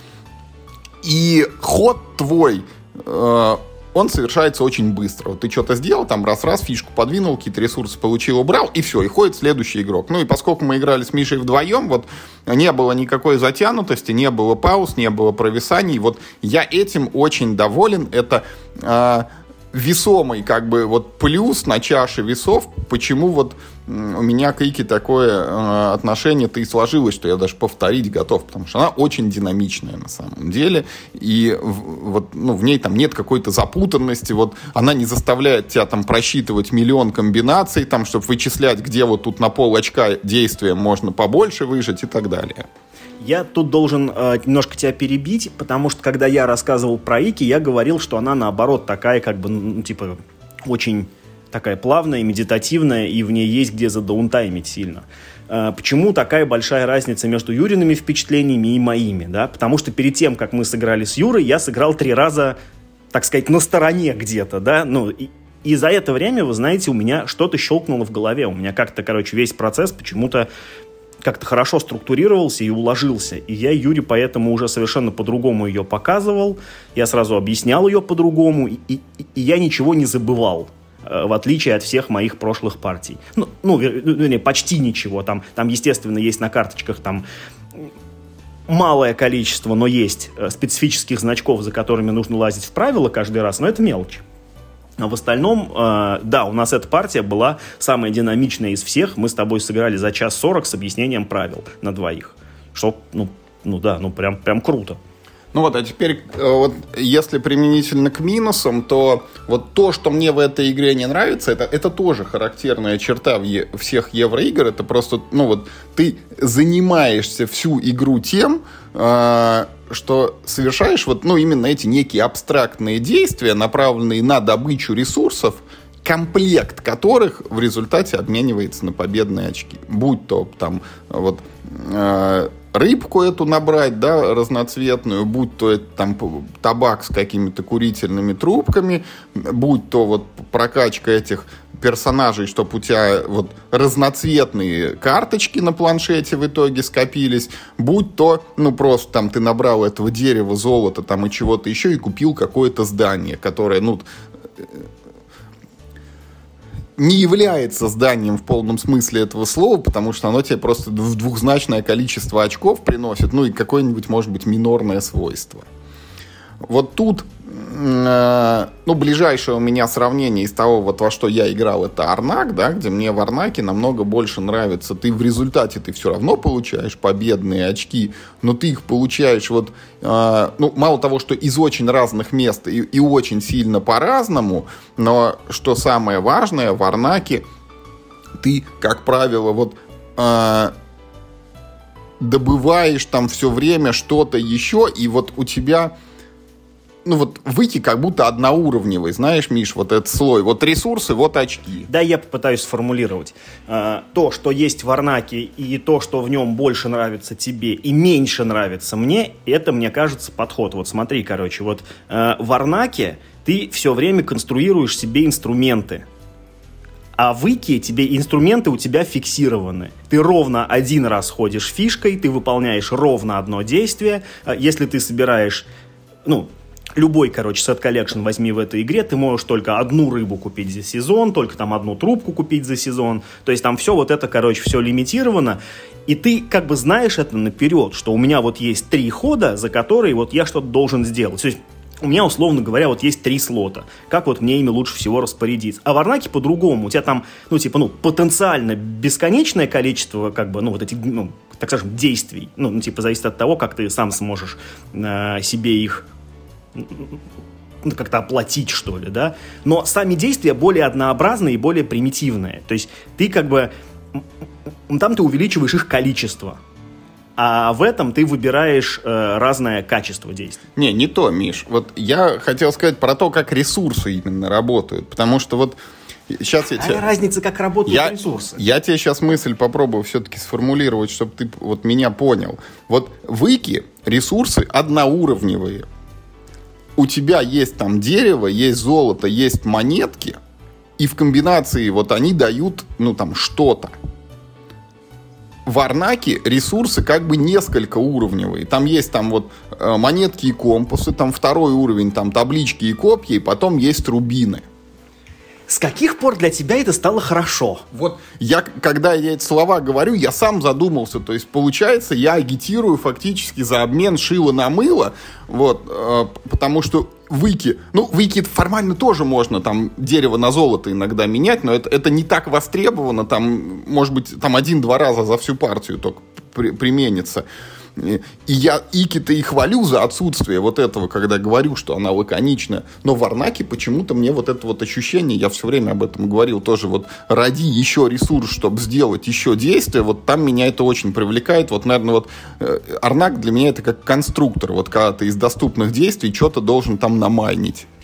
И ход твой... Э- он совершается очень быстро. Вот ты что-то сделал, там раз-раз, фишку подвинул, какие-то ресурсы получил, убрал, и все, и ходит следующий игрок. Ну и поскольку мы играли с Мишей вдвоем, вот не было никакой затянутости, не было пауз, не было провисаний. Вот я этим очень доволен. Это э, весомый как бы вот плюс на чаше весов, почему вот у меня к Ике такое э, отношение-то и сложилось, что я даже повторить готов, потому что она очень динамичная на самом деле, и в, вот, ну, в ней там нет какой-то запутанности, вот она не заставляет тебя там просчитывать миллион комбинаций, там, чтобы вычислять, где вот тут на пол очка действия можно побольше выжать и так далее. Я тут должен э, немножко тебя перебить, потому что когда я рассказывал про Ики, я говорил, что она наоборот такая, как бы, ну, типа, очень такая плавная, медитативная, и в ней есть где задаунтаймить сильно. Почему такая большая разница между Юриными впечатлениями и моими, да? Потому что перед тем, как мы сыграли с Юрой, я сыграл три раза, так сказать, на стороне где-то, да, ну, и, и за это время, вы знаете, у меня что-то щелкнуло в голове, у меня как-то, короче, весь процесс почему-то как-то хорошо структурировался и уложился, и я Юре поэтому уже совершенно по-другому ее показывал, я сразу объяснял ее по-другому, и, и, и я ничего не забывал, в отличие от всех моих прошлых партий. Ну, ну вернее, почти ничего. Там, там, естественно, есть на карточках там малое количество, но есть специфических значков, за которыми нужно лазить в правила каждый раз, но это мелочь. А в остальном, э, да, у нас эта партия была самая динамичная из всех. Мы с тобой сыграли за час сорок с объяснением правил на двоих. Что, ну, ну да, ну прям, прям круто. Ну вот, а теперь, вот, если применительно к минусам, то вот то, что мне в этой игре не нравится, это, это тоже характерная черта в е- всех евроигр. Это просто, ну вот, ты занимаешься всю игру тем, э- что совершаешь вот, ну, именно эти некие абстрактные действия, направленные на добычу ресурсов, комплект которых в результате обменивается на победные очки. Будь то там вот э- рыбку эту набрать, да, разноцветную, будь то это там табак с какими-то курительными трубками, будь то вот прокачка этих персонажей, чтобы у тебя вот разноцветные карточки на планшете в итоге скопились, будь то, ну, просто там ты набрал этого дерева, золота там и чего-то еще и купил какое-то здание, которое, ну, не является зданием в полном смысле этого слова, потому что оно тебе просто в двухзначное количество очков приносит, ну и какое-нибудь, может быть, минорное свойство. Вот тут, э, ну, ближайшее у меня сравнение из того, вот во что я играл, это Арнак, да, где мне в Арнаке намного больше нравится. Ты в результате ты все равно получаешь победные очки, но ты их получаешь вот, э, ну, мало того, что из очень разных мест и, и очень сильно по-разному, но что самое важное, в Арнаке ты, как правило, вот э, добываешь там все время что-то еще, и вот у тебя... Ну вот выйти как будто одноуровневый, знаешь, Миш, вот этот слой. Вот ресурсы, вот очки. Да, я попытаюсь сформулировать. То, что есть в Арнаке, и то, что в нем больше нравится тебе и меньше нравится мне, это, мне кажется, подход. Вот смотри, короче, вот в Арнаке ты все время конструируешь себе инструменты. А в Ики тебе инструменты у тебя фиксированы. Ты ровно один раз ходишь фишкой, ты выполняешь ровно одно действие. Если ты собираешь, ну, любой, короче, сет коллекшн возьми в этой игре, ты можешь только одну рыбу купить за сезон, только там одну трубку купить за сезон. То есть там все вот это, короче, все лимитировано. И ты как бы знаешь это наперед, что у меня вот есть три хода, за которые вот я что-то должен сделать. То есть у меня, условно говоря, вот есть три слота. Как вот мне ими лучше всего распорядиться? А в Арнаке по-другому. У тебя там, ну, типа, ну, потенциально бесконечное количество, как бы, ну, вот этих, ну, так скажем, действий. Ну, ну типа, зависит от того, как ты сам сможешь э, себе их ну, как-то оплатить, что ли, да? Но сами действия более однообразные и более примитивные. То есть ты как бы... Там ты увеличиваешь их количество. А в этом ты выбираешь э, разное качество действий. Не, не то, Миш. Вот я хотел сказать про то, как ресурсы именно работают. Потому что вот сейчас я Какая тебе... разница, как работают я, ресурсы? Я тебе сейчас мысль попробую все-таки сформулировать, чтобы ты вот меня понял. Вот в Ики ресурсы одноуровневые. У тебя есть там дерево, есть золото, есть монетки, и в комбинации вот они дают, ну, там, что-то. В Арнаке ресурсы как бы несколько уровневые. Там есть там вот монетки и компасы, там второй уровень, там таблички и копья, и потом есть рубины. С каких пор для тебя это стало хорошо? Вот я, когда я эти слова говорю, я сам задумался. То есть, получается, я агитирую фактически за обмен шила на мыло. Вот, э, потому что в Ики... Ну, в Ики формально тоже можно там дерево на золото иногда менять, но это, это не так востребовано. Там, может быть, там один-два раза за всю партию только при, применится. И я Ики-то и хвалю за отсутствие вот этого, когда говорю, что она лаконичная. Но в Арнаке почему-то мне вот это вот ощущение, я все время об этом говорил, тоже вот ради еще ресурс, чтобы сделать еще действие, вот там меня это очень привлекает. Вот, наверное, вот Арнак для меня это как конструктор. Вот когда ты из доступных действий что-то должен там намайнить.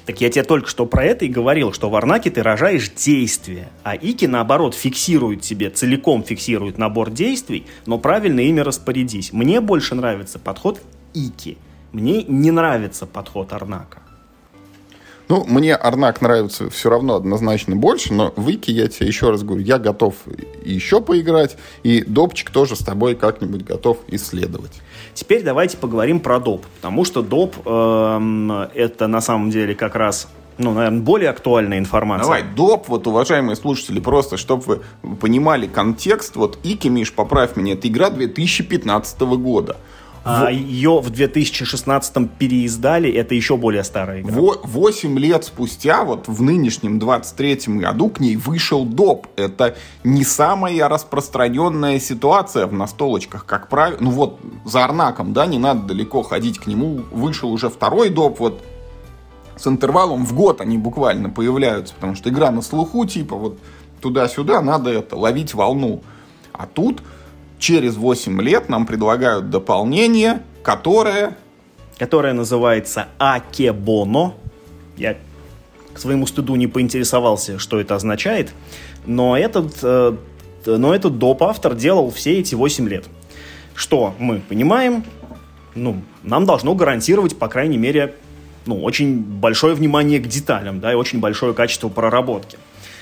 Так я тебе только что про это и говорил, что в Арнаке ты рожаешь действия, а Ики, наоборот, фиксирует тебе, целиком фиксирует набор действий, но правильно ими распорядись. Мне больше нравится подход Ики. Мне не нравится подход Арнака. Ну, мне Арнак нравится все равно однозначно больше, но в Ики, я тебе еще раз говорю, я готов еще поиграть, и допчик тоже с тобой как-нибудь готов исследовать. Теперь давайте поговорим про доп, потому что доп э, это на самом деле как раз, ну, наверное, более актуальная информация. Давай, доп, вот, уважаемые слушатели, просто, чтобы вы понимали контекст, вот Ики, Миш, поправь меня, это игра две тысячи пятнадцатого года. А в... ее в две тысячи шестнадцатом переиздали, это еще более старая игра. Восемь лет спустя, вот в нынешнем двадцать третьем году, к ней вышел доп. Это не самая распространенная ситуация в настолочках, как правило. Ну вот, за Арнаком, да, не надо далеко ходить к нему. Вышел уже второй доп. Вот с интервалом в год они буквально появляются, потому что игра на слуху, типа вот туда-сюда, надо это, ловить волну. А тут... Через восемь лет нам предлагают дополнение, которое... Которое называется Акебоно. Я к своему стыду не поинтересовался, что это означает. Но этот, э, но этот доп-автор делал все эти восемь лет. Что мы понимаем, ну, нам должно гарантировать, по крайней мере, ну, очень большое внимание к деталям, да, и очень большое качество проработки.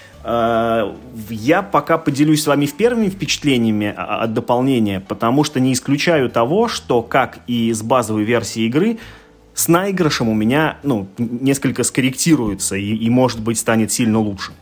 Я пока поделюсь с вами первыми впечатлениями от дополнения, потому что не исключаю того, что, как и с базовой версией игры, с наигрышем у меня, ну, несколько скорректируется и, и, может быть, станет сильно лучше.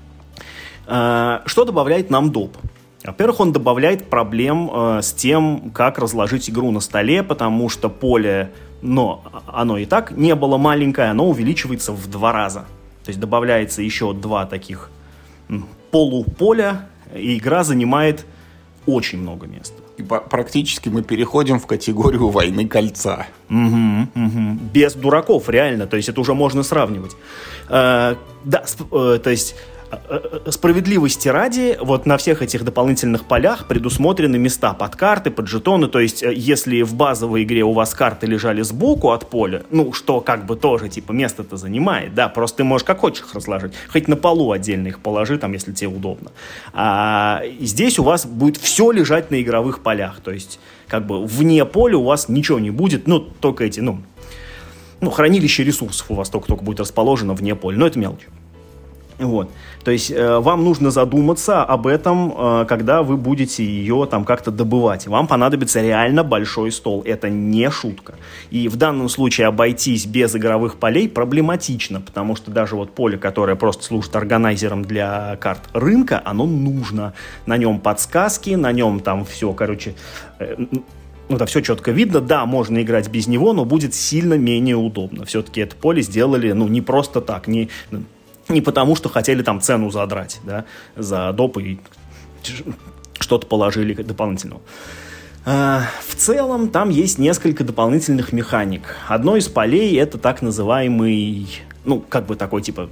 Что добавляет нам доп? Во-первых, он добавляет проблем э, с тем, как разложить игру на столе, потому что поле, но оно и так не было маленькое, оно увеличивается в два раза. То есть добавляется еще два таких полуполя, и игра занимает очень много места. И практически мы переходим в категорию «Войны кольца». Угу, угу. Без дураков, реально. То есть это уже можно сравнивать. Э, да, э, то есть справедливости ради, вот на всех этих дополнительных полях предусмотрены места под карты, под жетоны. То есть если в базовой игре у вас карты лежали сбоку от поля, ну, что как бы тоже, типа, место-то занимает, да, просто ты можешь как хочешь их разложить. Хоть на полу отдельно их положи, там, если тебе удобно. А здесь у вас будет все лежать на игровых полях. То есть, как бы, вне поля у вас ничего не будет, ну, только эти, ну, ну хранилище ресурсов у вас только-только будет расположено вне поля. Но это мелочь. Вот. То есть э, вам нужно задуматься об этом, э, когда вы будете ее там как-то добывать. Вам понадобится реально большой стол. Это не шутка. И в данном случае обойтись без игровых полей проблематично, потому что даже вот поле, которое просто служит органайзером для карт рынка, оно нужно. На нем подсказки, на нем там все, короче... Э, Ну, да, все четко видно. Да, можно играть без него, но будет сильно менее удобно. Все-таки это поле сделали, ну, не просто так, не... Не потому, что хотели там цену задрать, да, за доп и что-то положили дополнительного. А, в целом, там есть несколько дополнительных механик. Одно из полей — это так называемый, ну, как бы такой, типа,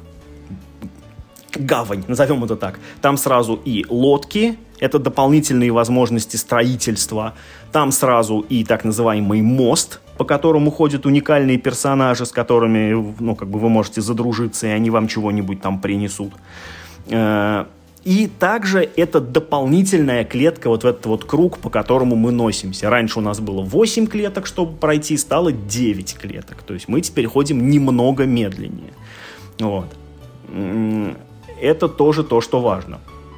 гавань, назовем это так. Там сразу и лодки, это дополнительные возможности строительства. Там сразу и так называемый мост, по которому ходят уникальные персонажи, с которыми, ну, как бы вы можете задружиться, и они вам чего-нибудь там принесут. И также это дополнительная клетка, вот в этот вот круг, по которому мы носимся. Раньше у нас было восемь клеток, чтобы пройти, стало девять клеток. То есть мы теперь ходим немного медленнее. Вот. Это тоже то, что важно.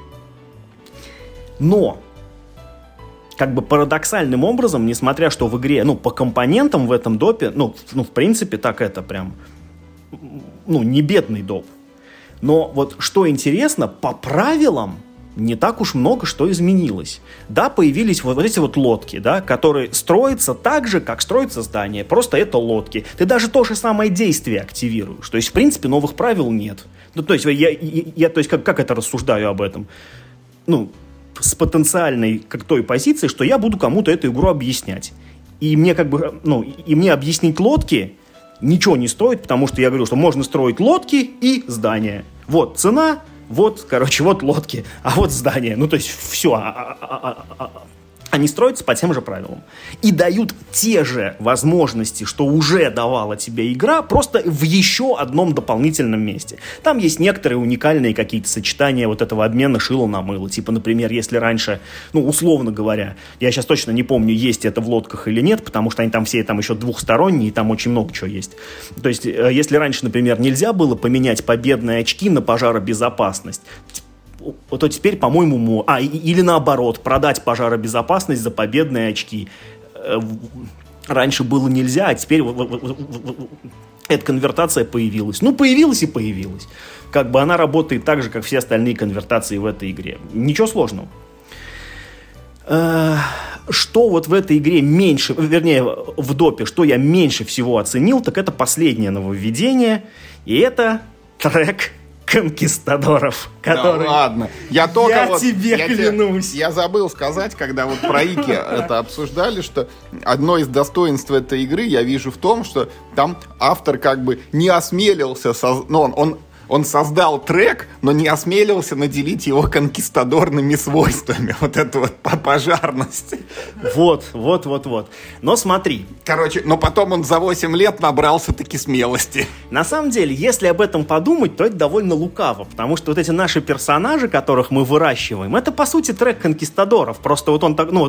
Но, как бы парадоксальным образом, несмотря что в игре, ну, по компонентам в этом допе, ну, ну, в принципе, так это прям, ну, не бедный доп. Но вот что интересно, по правилам не так уж много что изменилось. Да, появились вот, вот эти вот лодки, да, которые строятся так же, как строится здание, просто это лодки. Ты даже то же самое действие активируешь. То есть, в принципе, новых правил нет. Ну, то есть, я, я, я то есть, как, как это рассуждаю об этом? Ну, с потенциальной как той позиции, что я буду кому-то эту игру объяснять. И мне как бы, ну, и мне объяснить лодки ничего не стоит, потому что я говорю, что можно строить лодки и здания. Вот цена, вот, короче, вот лодки, а вот здание. Ну, то есть все. А, а, а, а, Они строятся по тем же правилам. И дают те же возможности, что уже давала тебе игра, просто в еще одном дополнительном месте. Там есть некоторые уникальные какие-то сочетания вот этого обмена шила на мыло. Типа, например, если раньше, ну, условно говоря, я сейчас точно не помню, есть это в лодках или нет, потому что они там все там еще двухсторонние, и там очень много чего есть. То есть, если раньше, например, нельзя было поменять победные очки на пожаробезопасность, то теперь, по-моему, а, или наоборот, продать пожаробезопасность за победные очки. Раньше было нельзя, а теперь эта конвертация появилась. Ну, появилась и появилась. Как бы она работает так же, как все остальные конвертации в этой игре. Ничего сложного. Что вот в этой игре меньше, вернее, в допе, что я меньше всего оценил, так это последнее нововведение, и это трек конкистадоров, который... Да ладно, я только я вот, тебе я клянусь. Те, я забыл сказать, когда вот про Ики это обсуждали, что одно из достоинств этой игры я вижу в том, что там автор как бы не осмелился, соз... ну, он, он Он создал трек, но не осмелился наделить его конкистадорными свойствами. Вот это вот пожарность. Вот, вот, вот, вот. Но смотри. Короче, но потом он за восемь лет набрался таки смелости. На самом деле, если об этом подумать, то это довольно лукаво. Потому что вот эти наши персонажи, которых мы выращиваем, это, по сути, трек конкистадоров. Просто вот он так, ну вот...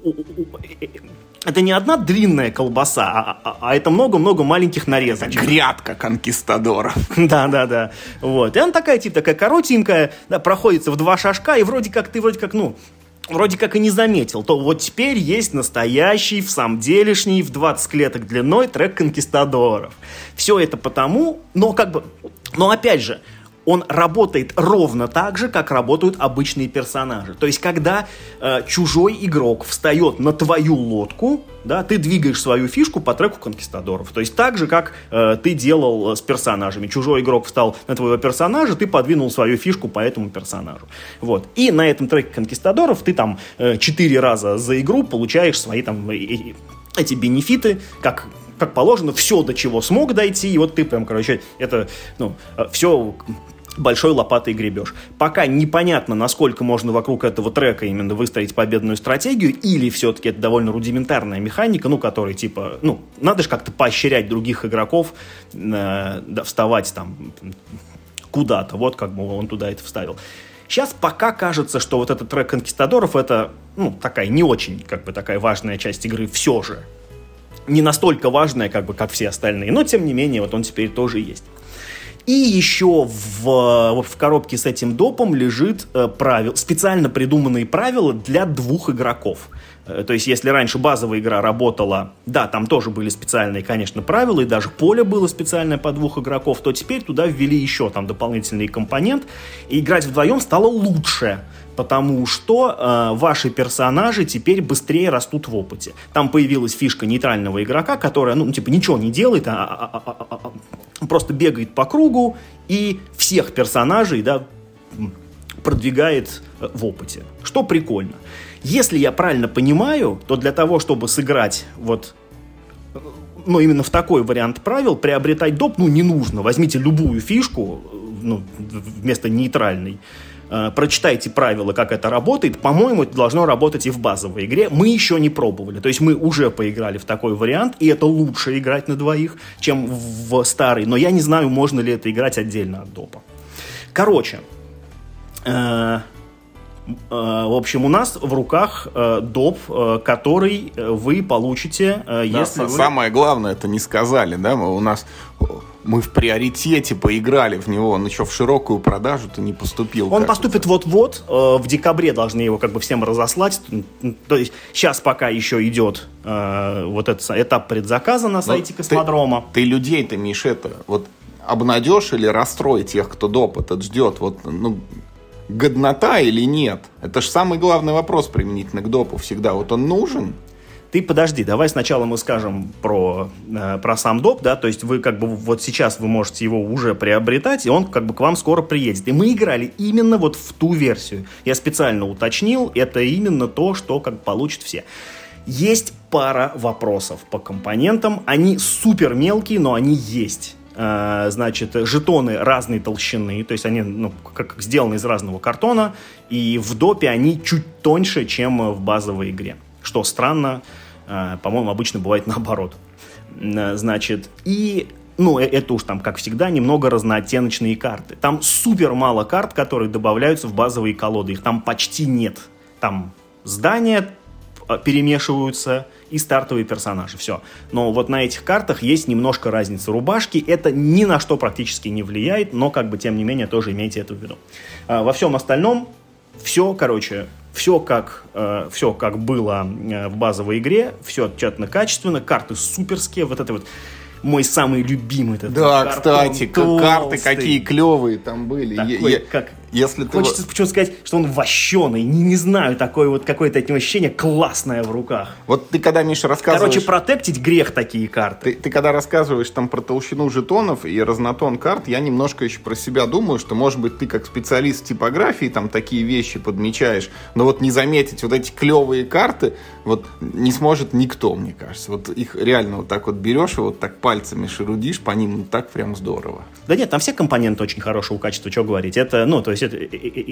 Это не одна длинная колбаса, а, а, а это много-много маленьких нарезочек. Грядка конкистадоров. Да-да-да. Вот. И она такая, типа, такая коротенькая, да, проходится в два шажка, и вроде как ты, вроде как, ну, вроде как и не заметил. То вот теперь есть настоящий, в самом делешний, в двадцать клеток длиной трек конкистадоров. Все это потому, но как бы, но опять же, он работает ровно так же, как работают обычные персонажи. То есть, когда э, чужой игрок встает на твою лодку, да, ты двигаешь свою фишку по треку конкистадоров. То есть, так же, как э, ты делал с персонажами. Чужой игрок встал на твоего персонажа, ты подвинул свою фишку по этому персонажу. Вот. И на этом треке конкистадоров ты там четыре э, раза за игру получаешь свои там э, э, эти бенефиты, как... как положено, все, до чего смог дойти, и вот ты прям, короче, это, ну, все большой лопатой гребешь. Пока непонятно, насколько можно вокруг этого трека именно выстроить победную стратегию, или все-таки это довольно рудиментарная механика, ну, которая, типа, ну, надо же как-то поощрять других игроков, э, да, вставать там куда-то, вот как бы он туда это вставил. Сейчас пока кажется, что вот этот трек конкистадоров, это, ну, такая не очень, как бы, такая важная часть игры все же. Не настолько важная, как бы, как все остальные, но, тем не менее, вот он теперь тоже есть. И еще в, в коробке с этим допом лежит э, правил, специально придуманные правила для двух игроков. Э, то есть, если раньше базовая игра работала, да, там тоже были специальные, конечно, правила, и даже поле было специальное по двух игроков, то теперь туда ввели еще там дополнительный компонент, и играть вдвоем стало лучше. Потому что э, ваши персонажи теперь быстрее растут в опыте. Там появилась фишка нейтрального игрока, которая, ну, типа, ничего не делает, а, а, а, а, а просто бегает по кругу и всех персонажей, да, продвигает в опыте. Что прикольно. Если я правильно понимаю, то для того, чтобы сыграть вот, ну, именно в такой вариант правил, приобретать доп, ну, не нужно. Возьмите любую фишку, ну, вместо нейтральной. Прочитайте правила, как это работает. По-моему, это должно работать и в базовой игре. Мы еще не пробовали. То есть мы уже поиграли в такой вариант, и это лучше играть на двоих, чем в старый. Но я не знаю, можно ли это играть отдельно от допа. Короче, э- в общем, у нас в руках э, доп, э, который вы получите, э, да, если вы... Самое главное, это не сказали, да? Мы, у нас... Мы в приоритете поиграли в него, он еще в широкую продажу-то не поступил. Он поступит вот-вот, э, в декабре должны его как бы всем разослать. То есть сейчас пока еще идет э, вот этот этап предзаказа на сайте Космодрома. Ты, ты людей-то, Миш, это вот обнадежь или расстрой тех, кто доп этот ждет? Вот, ну, годнота или нет? Это же самый главный вопрос применительно к допу всегда. Вот он нужен? Ты подожди, давай сначала мы скажем про, э, про сам доп, да, то есть вы как бы вот сейчас вы можете его уже приобретать, и он как бы к вам скоро приедет. И мы играли именно вот в ту версию. Я специально уточнил, это именно то, что как бы получат все. Есть пара вопросов по компонентам, они супер мелкие, но они есть. Э, значит, жетоны разной толщины, то есть они, ну, как сделаны из разного картона, и в допе они чуть тоньше, чем в базовой игре. что странно, э, по-моему, обычно бывает наоборот. Э, значит, и, ну, это уж там, как всегда, немного разнооттеночные карты. Там супер мало карт, которые добавляются в базовые колоды, их там почти нет. Там здания перемешиваются и стартовые персонажи, все. Но вот на этих картах есть немножко разницы рубашки, это ни на что практически не влияет, но как бы тем не менее тоже имейте это в виду. А, во всем остальном все, короче, все как, э, все как было э, в базовой игре, все отчетно качественно, карты суперские, вот это вот мой самый любимый. Этот да, картон, кстати, толстый. Карты какие клевые там были. Такой, я, как... Если ты... Хочется почему-то сказать, что он вощеный. Не, не знаю, такое вот какое-то от него ощущение классное в руках. Вот ты когда, Миша, рассказываешь... Короче, протектить грех такие карты. Ты, ты когда рассказываешь там про толщину жетонов и разнотон карт, я немножко еще про себя думаю, что, может быть, ты как специалист в типографии там такие вещи подмечаешь, но вот не заметить вот эти клевые карты вот не сможет никто, мне кажется. Вот их реально вот так вот берешь и вот так пальцами шерудишь по ним, ну так прям здорово. Да нет, там все компоненты очень хорошего качества, что говорить. Это, ну, то есть это,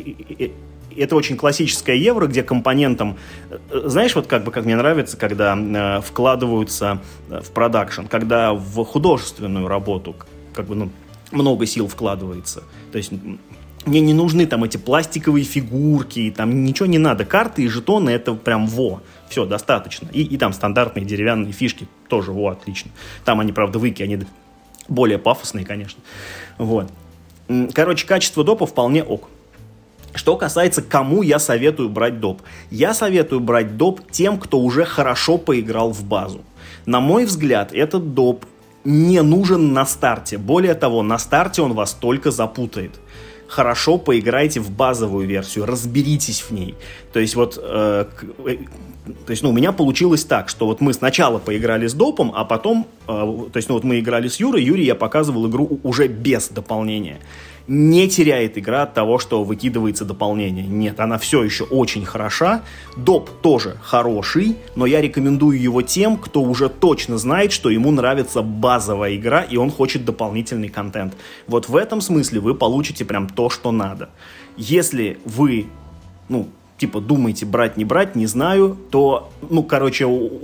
это очень классическое евро, где компонентам, знаешь, вот как бы как мне нравится, когда э, вкладываются в продакшн, когда в художественную работу как бы, ну, много сил вкладывается. То есть мне не нужны там эти пластиковые фигурки, там ничего не надо. Карты и жетоны — это прям во, все, достаточно. И, и там стандартные деревянные фишки тоже во, отлично. Там они, правда, выки, они более пафосные, конечно. Вот. Короче, качество допа вполне ок. Что касается, кому я советую брать доп. Я советую брать доп тем, кто уже хорошо поиграл в базу. На мой взгляд, этот доп не нужен на старте. Более того, на старте он вас только запутает. Хорошо поиграйте в базовую версию, разберитесь в ней. То есть вот... Э, То есть, ну, у меня получилось так, что вот мы сначала поиграли с допом, а потом, э, то есть, ну, вот мы играли с Юрой, Юрий я показывал игру уже без дополнения. Не теряет игра от того, что выкидывается дополнение. Нет, она все еще очень хороша. Доп тоже хороший, но я рекомендую его тем, кто уже точно знает, что ему нравится базовая игра, и он хочет дополнительный контент. Вот в этом смысле вы получите прям то, что надо. Если вы, ну, типа, думаете, брать, не брать, не знаю, то, ну, короче,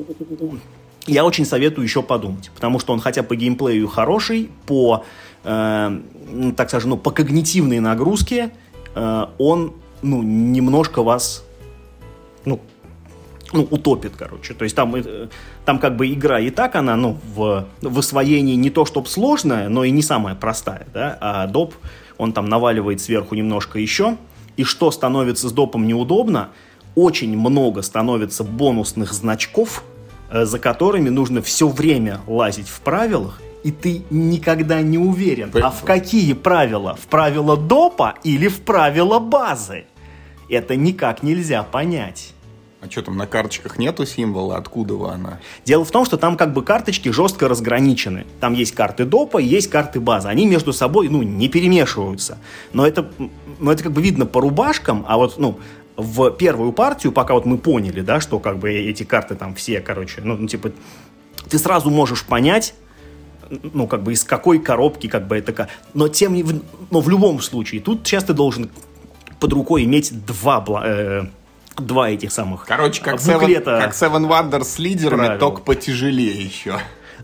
я очень советую еще подумать, потому что он хотя по геймплею хороший, по, э, так скажем, ну, по когнитивной нагрузке э, он, ну, немножко вас, ну, ну, утопит, короче. То есть там, там как бы игра и так она, ну, в, в освоении не то чтобы сложная, но и не самая простая, да, а доп, он там наваливает сверху немножко еще. И что становится с допом неудобно, очень много становится бонусных значков, за которыми нужно все время лазить в правилах, и ты никогда не уверен, а в какие правила? В правила допа или в правила базы? Это никак нельзя понять. А что там, на карточках нету символа? Откуда она? Дело в том, что там как бы карточки жестко разграничены. Там есть карты допа, есть карты базы. Они между собой, ну, не перемешиваются. Но это, но это как бы видно по рубашкам, а вот, ну, в первую партию, пока вот мы поняли, да, что как бы эти карты там все, короче, ну, ну типа, ты сразу можешь понять, ну, как бы из какой коробки, как бы это... Но тем не... Но в любом случае, тут сейчас ты должен под рукой иметь два... Э, Два этих самых Короче, как буклета. Seven, как Seven Wonders с лидерами, правил. только потяжелее еще.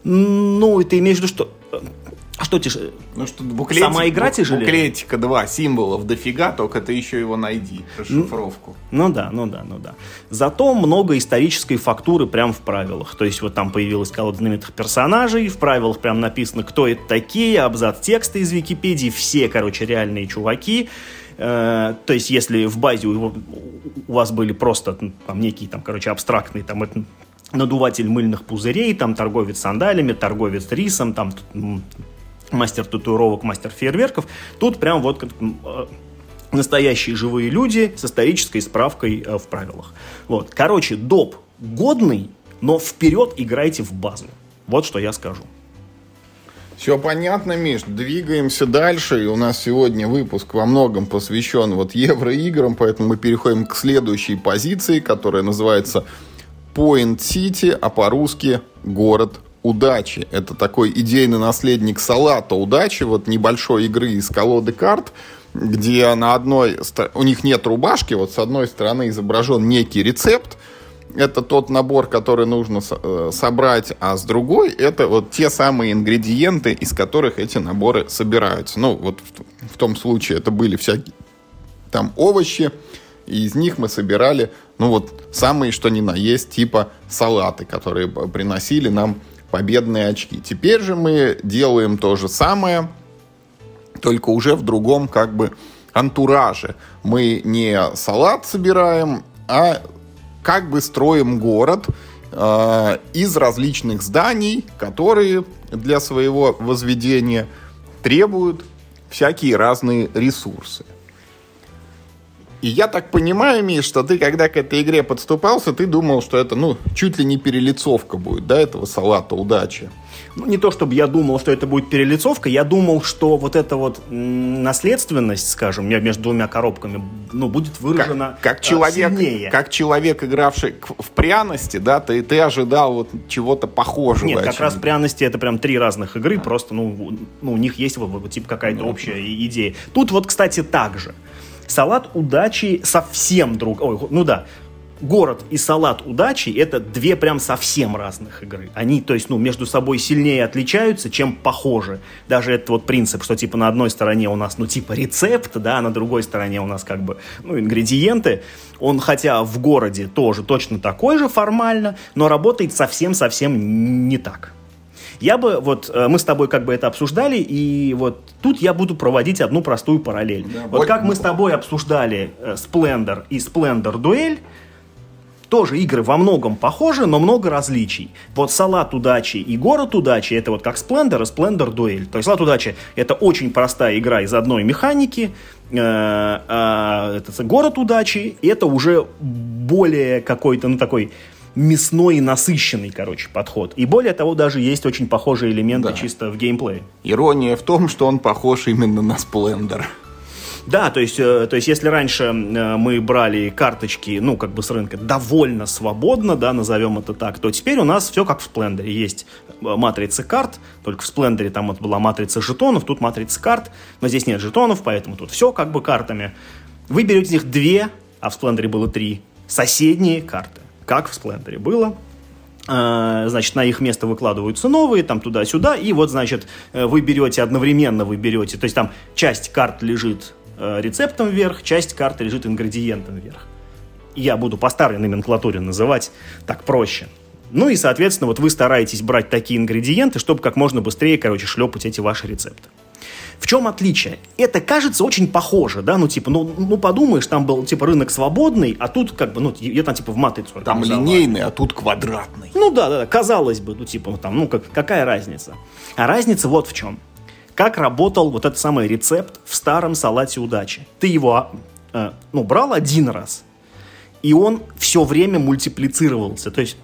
Ну, ты имеешь в виду, что... Что тяжелее? Ну, что буклетик, сама игра тяжелее? Буклетика два, символов дофига, только ты еще его найди, расшифровку. Ну, ну да, ну да, ну да. Зато много исторической фактуры прямо в правилах. То есть вот там появилась колода знаменитых персонажей, в правилах прям написано, кто это такие, абзац текста из Википедии, все, короче, реальные чуваки. То есть, если в базе у, у вас были просто там, некие, там, короче, абстрактные там, это, надуватель мыльных пузырей, там, торговец сандалями, торговец рисом, там, мастер татуировок, мастер фейерверков, тут прям вот как, настоящие живые люди с исторической справкой в правилах. Вот. Короче, доп годный, но вперед играйте в базу. Вот что я скажу. Все понятно, Миш, двигаемся дальше, и у нас сегодня выпуск во многом посвящен вот евроиграм, поэтому мы переходим к следующей позиции, которая называется Point City, а по-русски город удачи. Это такой идейный наследник Салата удачи, вот небольшой игры из колоды карт, где на одной, у них нет рубашки, вот с одной стороны изображен некий рецепт, это тот набор, который нужно со- собрать, а с другой это вот те самые ингредиенты, из которых эти наборы собираются. Ну, вот в, в том случае это были всякие там овощи, и из них мы собирали, ну вот, самые что ни на есть, типа салаты, которые приносили нам победные очки. Теперь же мы делаем то же самое, только уже в другом как бы антураже. Мы не салат собираем, а как бы строим город э, из различных зданий, которые для своего возведения требуют всякие разные ресурсы. И я так понимаю, Миш, что ты, когда к этой игре подступался, ты думал, что это, ну, чуть ли не перелицовка будет, да, этого салата удачи. Ну, не то, чтобы я думал, что это будет перелицовка, я думал, что вот эта вот м- наследственность, скажем, между двумя коробками, ну, будет выражена как, как человек, сильнее. Как человек, игравший в пряности, да, ты, ты ожидал вот чего-то похожего. Нет, как очевидно. раз пряности это прям три разных игры, просто, ну, ну у них есть вот, вот типа какая-то ну. общая идея. Тут вот, кстати, так же. Салат удачи совсем друг... Ой, ну да, город и салат удачи — это две прям совсем разных игры. Они, то есть, ну, между собой сильнее отличаются, чем похожи. Даже этот вот принцип, что, типа, на одной стороне у нас, ну, типа, рецепт, да, а на другой стороне у нас, как бы, ну, ингредиенты. Он, хотя в городе тоже точно такой же формально, но работает совсем-совсем не так. Я бы, вот, мы с тобой как бы это обсуждали, и вот тут я буду проводить одну простую параллель. Да, вот как мы с тобой обсуждали Splendor и Splendor Duel, тоже игры во многом похожи, но много различий. Вот салат удачи и город удачи — это вот как Splendor и Splendor Duel. То есть салат удачи — это очень простая игра из одной механики, а это город удачи — это уже более какой-то, ну, такой... мясной и насыщенный, короче, подход. И более того, даже есть очень похожие элементы да. чисто в геймплее. Ирония в том, что он похож именно на Splendor. Да, то есть, э, то есть если раньше э, мы брали карточки, ну, как бы с рынка довольно свободно, да, назовем это так, то теперь у нас все как в Splendor. Есть матрицы карт, только в Splendor там вот была матрица жетонов, тут матрица карт, но здесь нет жетонов, поэтому тут все как бы картами. Вы берете из них две, а в Splendor было три, соседние карты. Как в Splendor было. Значит, на их место выкладываются новые, там туда-сюда, и вот, значит, вы берете одновременно, вы берете, то есть там часть карт лежит рецептом вверх, часть карты лежит ингредиентом вверх. Я буду по старой номенклатуре называть, так проще. Ну и, соответственно, вот вы стараетесь брать такие ингредиенты, чтобы как можно быстрее, короче, шлепать эти ваши рецепты. В чем отличие? Это кажется очень похоже, да, ну, типа, ну, ну подумаешь, там был, типа, рынок свободный, а тут, как бы, ну, я там, типа, в матрицу. Там линейный, а тут квадратный. Ну, да, да, казалось бы, ну, типа, там, ну, как, какая разница? А разница вот в чем. Как работал вот этот самый рецепт в старом салате удачи. Ты его, э, ну, брал один раз, и он все время мультиплицировался, то есть,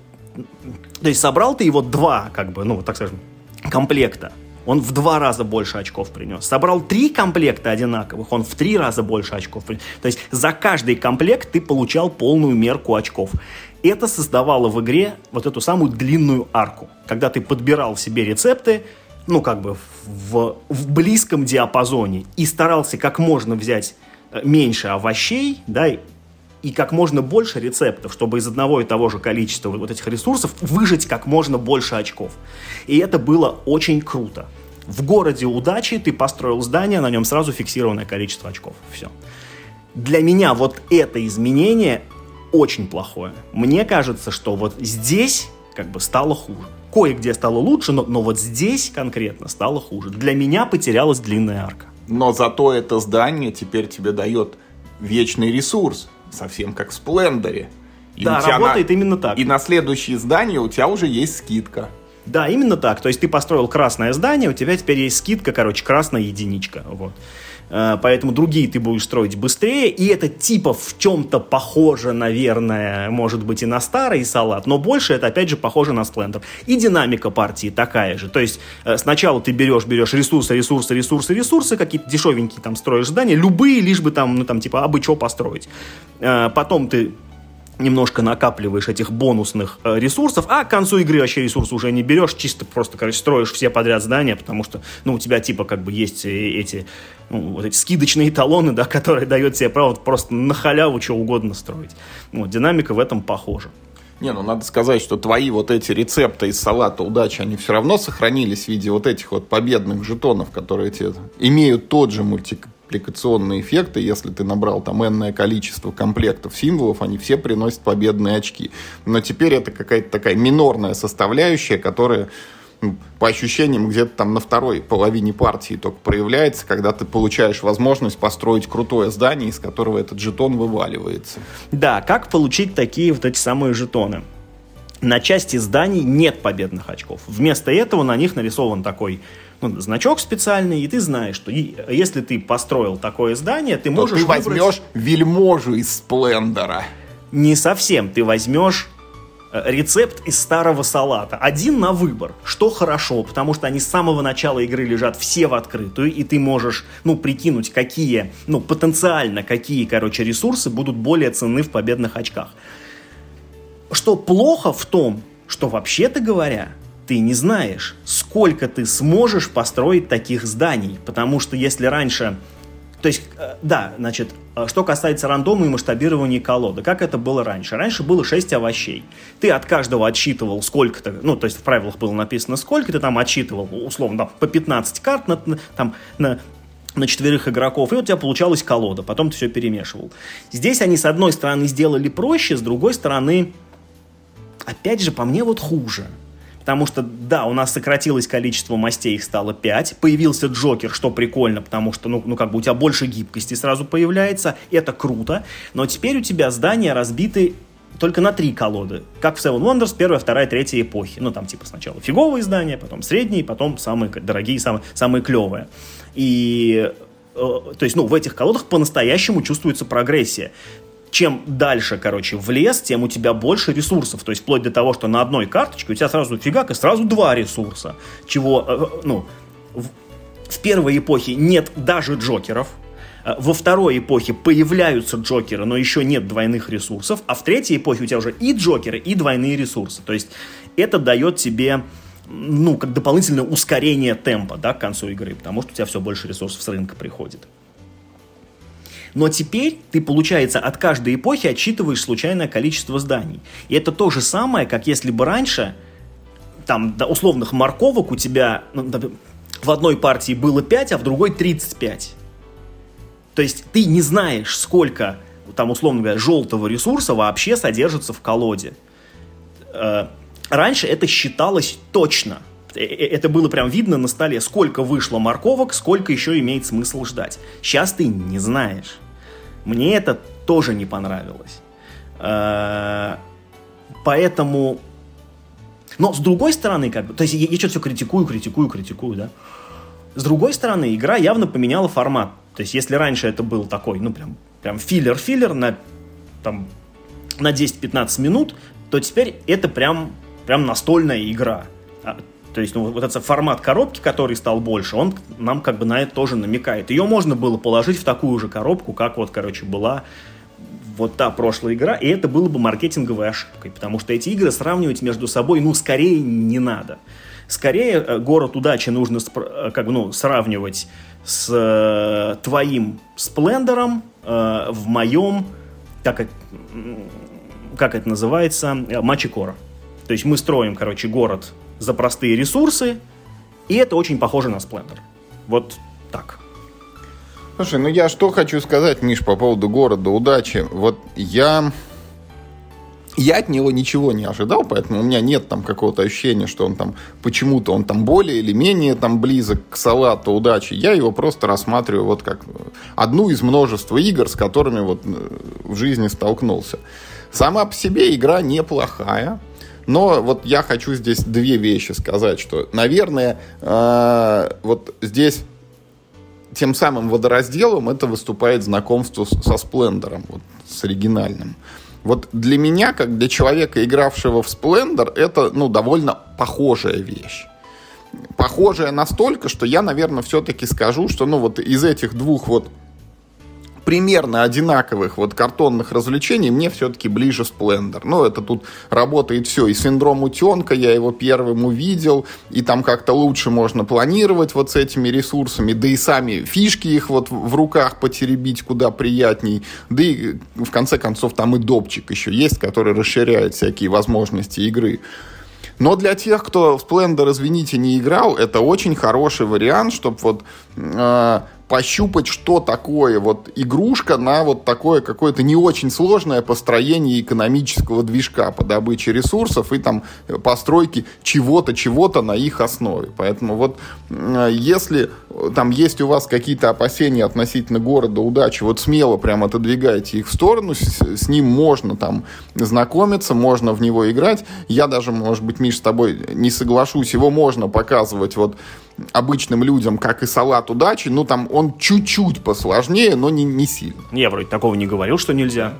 то есть собрал ты его два, как бы, ну, так скажем, комплекта. Он в два раза больше очков принес. Собрал три комплекта одинаковых, он в три раза больше очков принес. То есть за каждый комплект ты получал полную мерку очков. Это создавало в игре вот эту самую длинную арку. Когда ты подбирал себе рецепты, ну, как бы в, в близком диапазоне и старался как можно взять меньше овощей, да, и как можно больше рецептов, чтобы из одного и того же количества вот этих ресурсов выжать как можно больше очков. И это было очень круто. В городе удачи ты построил здание, на нем сразу фиксированное количество очков. Все. Для меня вот это изменение очень плохое. Мне кажется, что вот здесь как бы стало хуже. Кое-где стало лучше, но, но вот здесь конкретно стало хуже. Для меня потерялась длинная арка. Но зато это здание теперь тебе дает вечный ресурс. Совсем как в Сплендоре. И да, работает на... именно так. И на следующие здания у тебя уже есть скидка. Да, именно так. То есть ты построил красное здание, у тебя теперь есть скидка, короче, красная единичка. Вот. Поэтому другие ты будешь строить быстрее. И это типа в чем-то похоже, наверное, может быть и на старый салат, но больше это опять же похоже на Splendor. И динамика партии такая же. То есть сначала ты берешь, берешь ресурсы, ресурсы, ресурсы, ресурсы, какие-то дешевенькие там строишь здания, любые, лишь бы там, ну там типа, абы что построить. Потом ты немножко накапливаешь этих бонусных э, ресурсов, а к концу игры вообще ресурсы уже не берешь, чисто просто, короче, строишь все подряд здания, потому что, ну, у тебя типа как бы есть эти, ну, вот эти скидочные талоны, да, которые дают тебе право просто на халяву что угодно строить. Вот, динамика в этом похожа. Не, ну надо сказать, что твои вот эти рецепты из салата удачи, они все равно сохранились в виде вот этих вот победных жетонов, которые тебе имеют тот же мультипликационный эффект, и если ты набрал там энное количество комплектов символов, они все приносят победные очки. Но теперь это какая-то такая минорная составляющая, которая, ну, по ощущениям, где-то там на второй половине партии только проявляется, когда ты получаешь возможность построить крутое здание, из которого этот жетон вываливается. Да, как получить такие вот эти самые жетоны? На части зданий нет победных очков. Вместо этого на них нарисован такой, ну, значок специальный, и ты знаешь, что если ты построил такое здание, ты можешь то ты выбрать... возьмешь вельможу из Сплендера. Не совсем. Ты возьмешь рецепт из старого салата. Один на выбор. Что хорошо, потому что они с самого начала игры лежат все в открытую, и ты можешь, ну, прикинуть, какие, ну, потенциально, какие, короче, ресурсы будут более ценны в победных очках. Что плохо в том, что, вообще-то говоря, ты не знаешь, сколько ты сможешь построить таких зданий, потому что если раньше... То есть, да, значит, что касается рандома и масштабирования колоды, как это было раньше? Раньше было шесть овощей. Ты от каждого отсчитывал сколько-то, ну, то есть в правилах было написано сколько, ты там отсчитывал, условно, там, по пятнадцать карт на, там, на, на четверых игроков, и вот у тебя получалась колода, потом ты все перемешивал. Здесь они, с одной стороны, сделали проще, с другой стороны, опять же, по мне вот хуже. Потому что, да, у нас сократилось количество мастей, их стало пять. Появился Джокер, что прикольно, потому что, ну, ну, как бы у тебя больше гибкости сразу появляется. Это круто. Но теперь у тебя здания разбиты только на три колоды. Как в Seven Wonders, первая, вторая, третья эпохи. Ну, там, типа, сначала фиговые здания, потом средние, потом самые дорогие, самые, самые клевые. И, э, то есть, ну, в этих колодах по-настоящему чувствуется прогрессия. Чем дальше, короче, в лес, тем у тебя больше ресурсов. То есть вплоть до того, что на одной карточке у тебя сразу фигак и сразу два ресурса. Чего, э, ну, в, в первой эпохе нет даже джокеров. Э, во второй эпохе появляются джокеры, но еще нет двойных ресурсов. А в третьей эпохе у тебя уже и джокеры, и двойные ресурсы. То есть это дает тебе, ну, как дополнительное ускорение темпа, да, к концу игры. Потому что у тебя все больше ресурсов с рынка приходит. Но теперь ты, получается, от каждой эпохи отсчитываешь случайное количество зданий. И это то же самое, как если бы раньше, там, до условных морковок у тебя, ну, в одной партии было пять, а в другой тридцать пять. То есть ты не знаешь, сколько, там, условно говоря, желтого ресурса вообще содержится в колоде. Раньше это считалось точно. Это было прям видно на столе, сколько вышло морковок, сколько еще имеет смысл ждать. Сейчас ты не знаешь. Мне это тоже не понравилось. Поэтому... Но с другой стороны, как бы... То есть я, я что-то все критикую, критикую, критикую, да? С другой стороны, игра явно поменяла формат. То есть если раньше это был такой, ну, прям, прям филлер-филлер на, там, на десять-пятнадцать минут, то теперь это прям, прям настольная игра. То есть, ну, вот этот формат коробки, который стал больше, он нам как бы на это тоже намекает. Ее можно было положить в такую же коробку, как вот, короче, была вот та прошлая игра, и это было бы маркетинговой ошибкой, потому что эти игры сравнивать между собой, ну, скорее не надо. Скорее, город удачи нужно как бы, ну, сравнивать с э, твоим Сплендером, э, в моем, как это, как это называется, Мачикора. То есть мы строим, короче, город за простые ресурсы, и это очень похоже на Сплендер. Вот так. Слушай, ну я что хочу сказать, Миш, по поводу города удачи. Вот я... Я от него ничего не ожидал, поэтому у меня нет там какого-то ощущения, что он там почему-то он там более или менее там близок к салату удачи. Я его просто рассматриваю вот как одну из множества игр, с которыми вот в жизни столкнулся. Сама по себе игра неплохая. Но вот я хочу здесь две вещи сказать, что, наверное, э, вот здесь тем самым водоразделом это выступает знакомство с, со Сплендером, вот, с оригинальным. Вот для меня, как для человека, игравшего в Сплендер, это, ну, довольно похожая вещь. Похожая настолько, что я, наверное, все-таки скажу, что, ну, вот из этих двух вот примерно одинаковых вот картонных развлечений мне все-таки ближе Splendor. Ну, это тут работает все. И синдром утенка, я его первым увидел, и там как-то лучше можно планировать вот с этими ресурсами, да и сами фишки их вот в руках потеребить куда приятней. Да и, в конце концов, там и допчик еще есть, который расширяет всякие возможности игры. Но для тех, кто в Splendor, извините, не играл, это очень хороший вариант, чтобы вот э, пощупать, что такое вот игрушка на вот такое какое-то не очень сложное построение экономического движка по добыче ресурсов и там постройки чего-то, чего-то на их основе. Поэтому вот э, если там есть у вас какие-то опасения относительно города удачи, вот смело прям отодвигайте их в сторону, с, с ним можно там знакомиться, можно в него играть. Я даже, может быть, Миш, с тобой не соглашусь, его можно показывать вот обычным людям, как и салат удачи, ну там он чуть-чуть посложнее, но не, не сильно. Я вроде такого не говорил, что нельзя.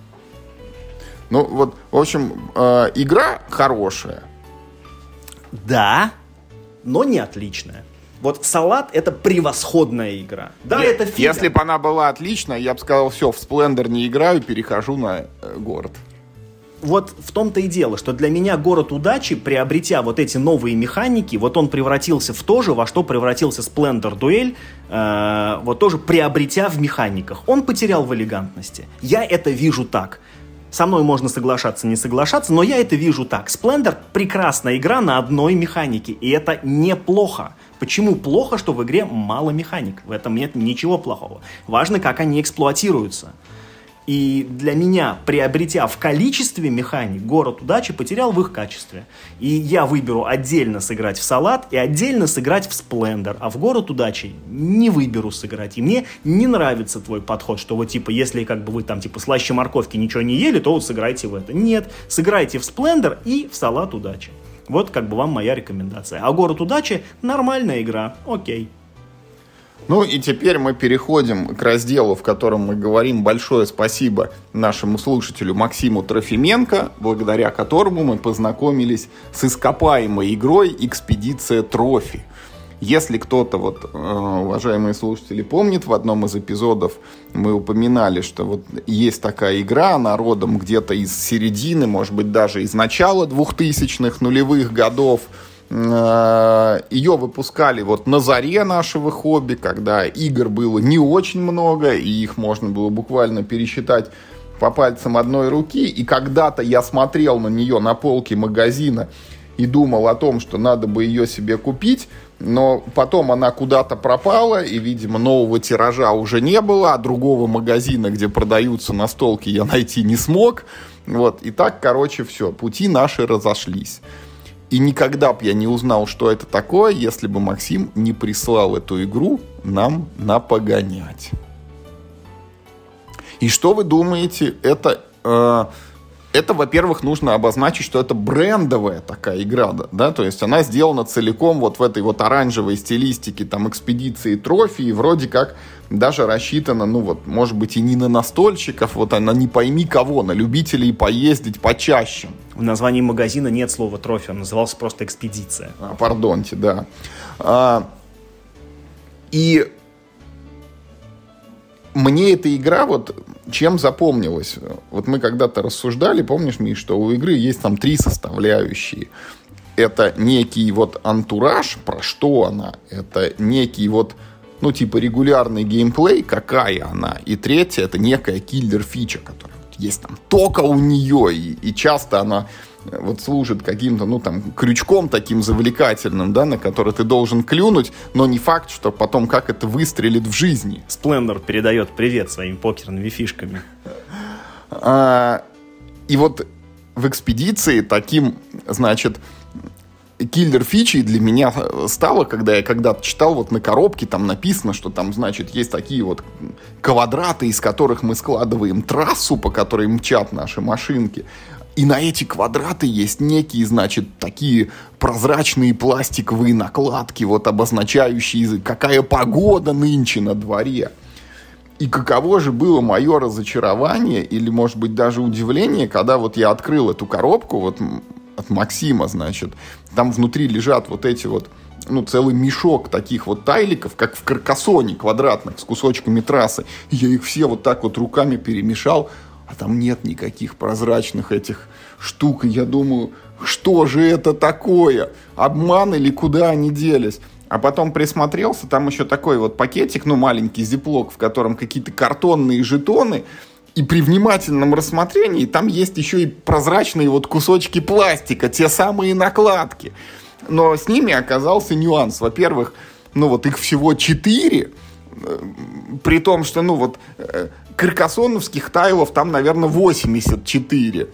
Ну вот, в общем, э, игра хорошая. Да, но не отличная. Вот салат — это превосходная игра. Да, Нет, это фига. Если бы она была отличная, я бы сказал, все, в Splendor не играю, перехожу на э, город. Вот в том-то и дело, что для меня город удачи, приобретя вот эти новые механики, вот он превратился в то же, во что превратился Splendor Duel, э, вот тоже приобретя в механиках. Он потерял в элегантности. Я это вижу так. Со мной можно соглашаться, не соглашаться, но я это вижу так. Splendor — прекрасная игра на одной механике, и это неплохо. Почему плохо, что в игре мало механик? В этом нет ничего плохого. Важно, как они эксплуатируются. И для меня, приобретя в количестве механик, город удачи потерял в их качестве. И я выберу отдельно сыграть в салат и отдельно сыграть в Splendor, а в город удачи не выберу сыграть. И мне не нравится твой подход, что вот типа, если как бы вы там типа слаще морковки ничего не ели, то вот сыграйте в это. Нет, сыграйте в Splendor и в салат удачи. Вот как бы вам моя рекомендация. А город удачи — нормальная игра, окей. Ну и теперь мы переходим к разделу, в котором мы говорим большое спасибо нашему слушателю Максиму Трофименко, благодаря которому мы познакомились с ископаемой игрой «Экспедиция Трофи». Если кто-то, вот, уважаемые слушатели, помнит, в одном из эпизодов мы упоминали, что вот есть такая игра, она родом где-то из середины, может быть, даже из начала двухтысячных нулевых годов. Ее выпускали вот на заре нашего хобби, когда игр было не очень много, и их можно было буквально пересчитать по пальцам одной руки. И когда-то я смотрел на нее на полке магазина и думал о том, что надо бы ее себе купить, но потом она куда-то пропала, и, видимо, нового тиража уже не было, а другого магазина, где продаются настолки, я найти не смог. Вот. И так, короче, все, пути наши разошлись. И никогда бы я не узнал, что это такое, если бы Максим не прислал эту игру нам на погонять. И что вы думаете? Это, э, это, во-первых, нужно обозначить, что это брендовая такая игра, да, да? То есть она сделана целиком вот в этой вот оранжевой стилистике там экспедиции Трофи, и вроде как даже рассчитана, ну вот, может быть, и не на настольщиков, вот она не пойми кого, на любителей поездить почаще. В названии магазина нет слова «трофи», он назывался просто «экспедиция». А, пардонте, да. А, и мне эта игра вот чем запомнилась. Вот мы когда-то рассуждали, помнишь, Миш, что у игры есть там три составляющие. Это некий вот антураж, про что она. Это некий вот, ну, типа регулярный геймплей, какая она. И третье, это некая киллер-фича, которая есть там только у нее, и, и часто она вот служит каким-то, ну, там, крючком таким завлекательным, да, на который ты должен клюнуть, но не факт, что потом как это выстрелит в жизни. Splendor передает привет своими покерными фишками. А, и вот в экспедиции таким, значит, киллер-фичей для меня стало, когда я когда-то читал, вот на коробке там написано, что там, значит, есть такие вот квадраты, из которых мы складываем трассу, по которой мчат наши машинки. И на эти квадраты есть некие, значит, такие прозрачные пластиковые накладки, вот обозначающие, какая погода нынче на дворе. И каково же было мое разочарование, или, может быть, даже удивление, когда вот я открыл эту коробку, вот от Максима, значит, там внутри лежат вот эти вот ну, целый мешок таких вот тайликов, как в Каркасоне, квадратных, с кусочками трассы. И я их все вот так вот руками перемешал, а там нет никаких прозрачных этих штук. И я думаю, что же это такое? Обман или куда они делись? А потом присмотрелся, там еще такой вот пакетик, ну, маленький зиплок, в котором какие-то картонные жетоны. И при внимательном рассмотрении там есть еще и прозрачные вот кусочки пластика, те самые накладки. Но с ними оказался нюанс. Во-первых, ну вот их всего четыре, при том, что, ну вот, каркасоновских тайлов там, наверное, восемьдесят четыре.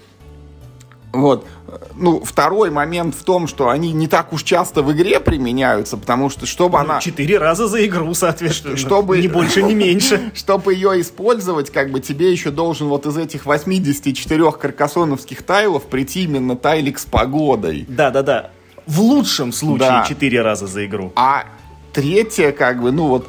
Вот. Ну, второй момент в том, что они не так уж часто в игре применяются, потому что, чтобы ну, она... Четыре раза за игру, соответственно. Чтобы... Ни больше, ни меньше. Чтобы ее использовать, как бы тебе еще должен вот из этих восьмидесяти четырёх каркасоновских тайлов прийти именно тайлик с погодой. Да-да-да. В лучшем случае четыре да. раза за игру. А третье, как бы, ну вот,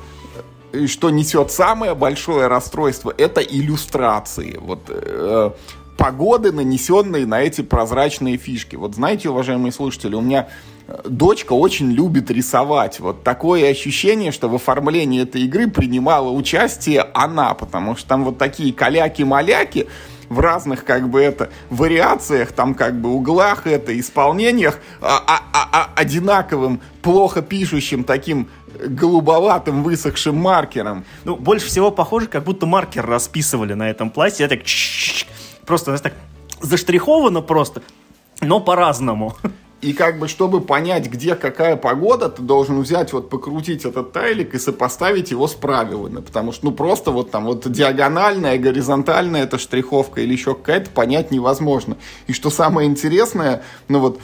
что несет самое большое расстройство, это иллюстрации. Вот... Э- погоды, нанесенные на эти прозрачные фишки. Вот знаете, уважаемые слушатели, у меня дочка очень любит рисовать. Вот такое ощущение, что в оформлении этой игры принимала участие она, потому что там вот такие каляки-маляки в разных, как бы, это, вариациях, там, как бы, углах, это, исполнениях, а, а, а, одинаковым, плохо пишущим таким голубоватым высохшим маркером. Ну, больше всего похоже, как будто маркер расписывали на этом платье. Я так... Просто, знаешь, так заштриховано просто, но по-разному. И как бы, чтобы понять, где какая погода, ты должен взять, вот, покрутить этот тайлик и сопоставить его с правилами. Потому что, ну, просто вот там вот диагональная, горизонтальная эта штриховка или еще какая-то понять невозможно. И что самое интересное, ну вот,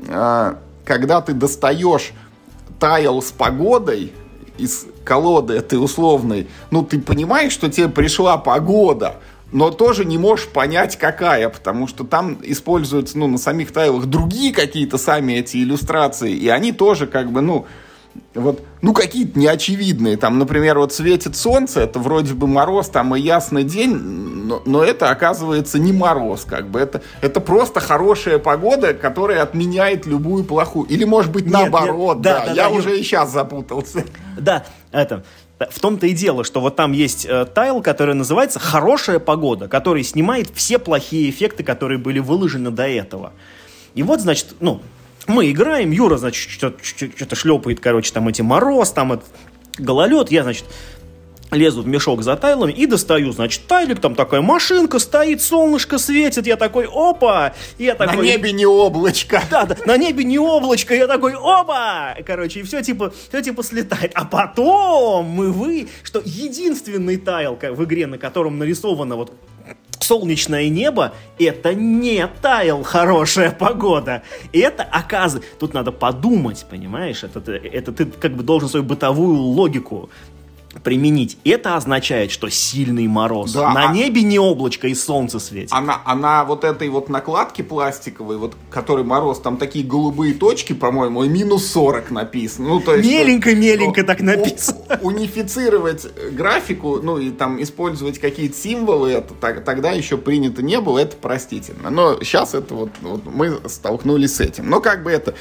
э, когда ты достаешь тайл с погодой из колоды этой условной, ну, ты понимаешь, что тебе пришла погода, но тоже не можешь понять, какая, потому что там используются, ну, на самих тайлах другие какие-то сами эти иллюстрации, и они тоже, как бы, ну, вот, ну, какие-то неочевидные. Там, например, вот светит солнце, это вроде бы мороз, там и ясный день, но, но это, оказывается, не мороз, как бы. Это, это просто хорошая погода, которая отменяет любую плохую. Или, может быть, нет, наоборот, нет, да, да, да. Я да, уже я... и сейчас запутался. Да, это... В том-то и дело, что вот там есть э, тайл, который называется «Хорошая погода», который снимает все плохие эффекты, которые были выложены до этого. И вот, значит, ну, мы играем, Юра, значит, что-то, что-то шлепает, короче, там эти мороз, там этот гололед, я, значит, лезу в мешок за тайлами и достаю, значит, тайлик, там такая машинка стоит, солнышко светит, я такой, опа! Я такой, на небе не облачко. Да, да, на небе не облачко, я такой, опа! Короче, и все типа, все типа слетает. А потом мы вы, что единственный тайл в игре, на котором нарисовано вот солнечное небо, это не тайл «Хорошая погода». Это, оказывается, тут надо подумать, понимаешь? Это, это ты как бы должен свою бытовую логику применить. Это означает, что сильный мороз. Да, на а... небе не облачко и солнце светит. А на, а на вот этой вот накладке пластиковой, вот, который мороз, там такие голубые точки, по-моему, и минус сорок написано. Ну, то есть, меленько-меленько ну, так написано. У, унифицировать графику, ну, и там использовать какие-то символы, это так, тогда еще принято не было, это простительно. Но сейчас это вот, вот мы столкнулись с этим. Но как бы это...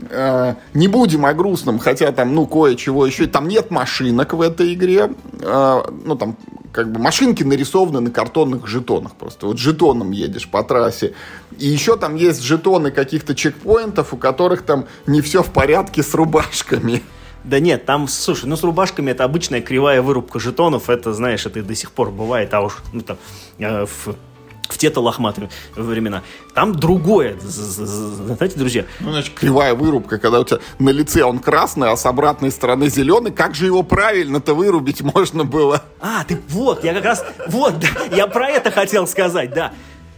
Э, не будем о грустном, хотя там, ну, кое-чего еще. Там нет машинок в этой игре. Э, ну, там, как бы, машинки нарисованы на картонных жетонах просто. Вот жетоном едешь по трассе. И еще там есть жетоны каких-то чекпоинтов, у которых там не все в порядке с рубашками. Да нет, там, слушай, ну, с рубашками это обычная кривая вырубка жетонов. Это, знаешь, это и до сих пор бывает. А уж, ну, там, э, в... в те-то лохматые времена. Там другое, знаете, друзья. Ну, значит, кривая вырубка, когда у тебя на лице он красный, а с обратной стороны зеленый. Как же его правильно-то вырубить можно было? А, ты вот, я как раз, вот, да, я про это хотел сказать, да.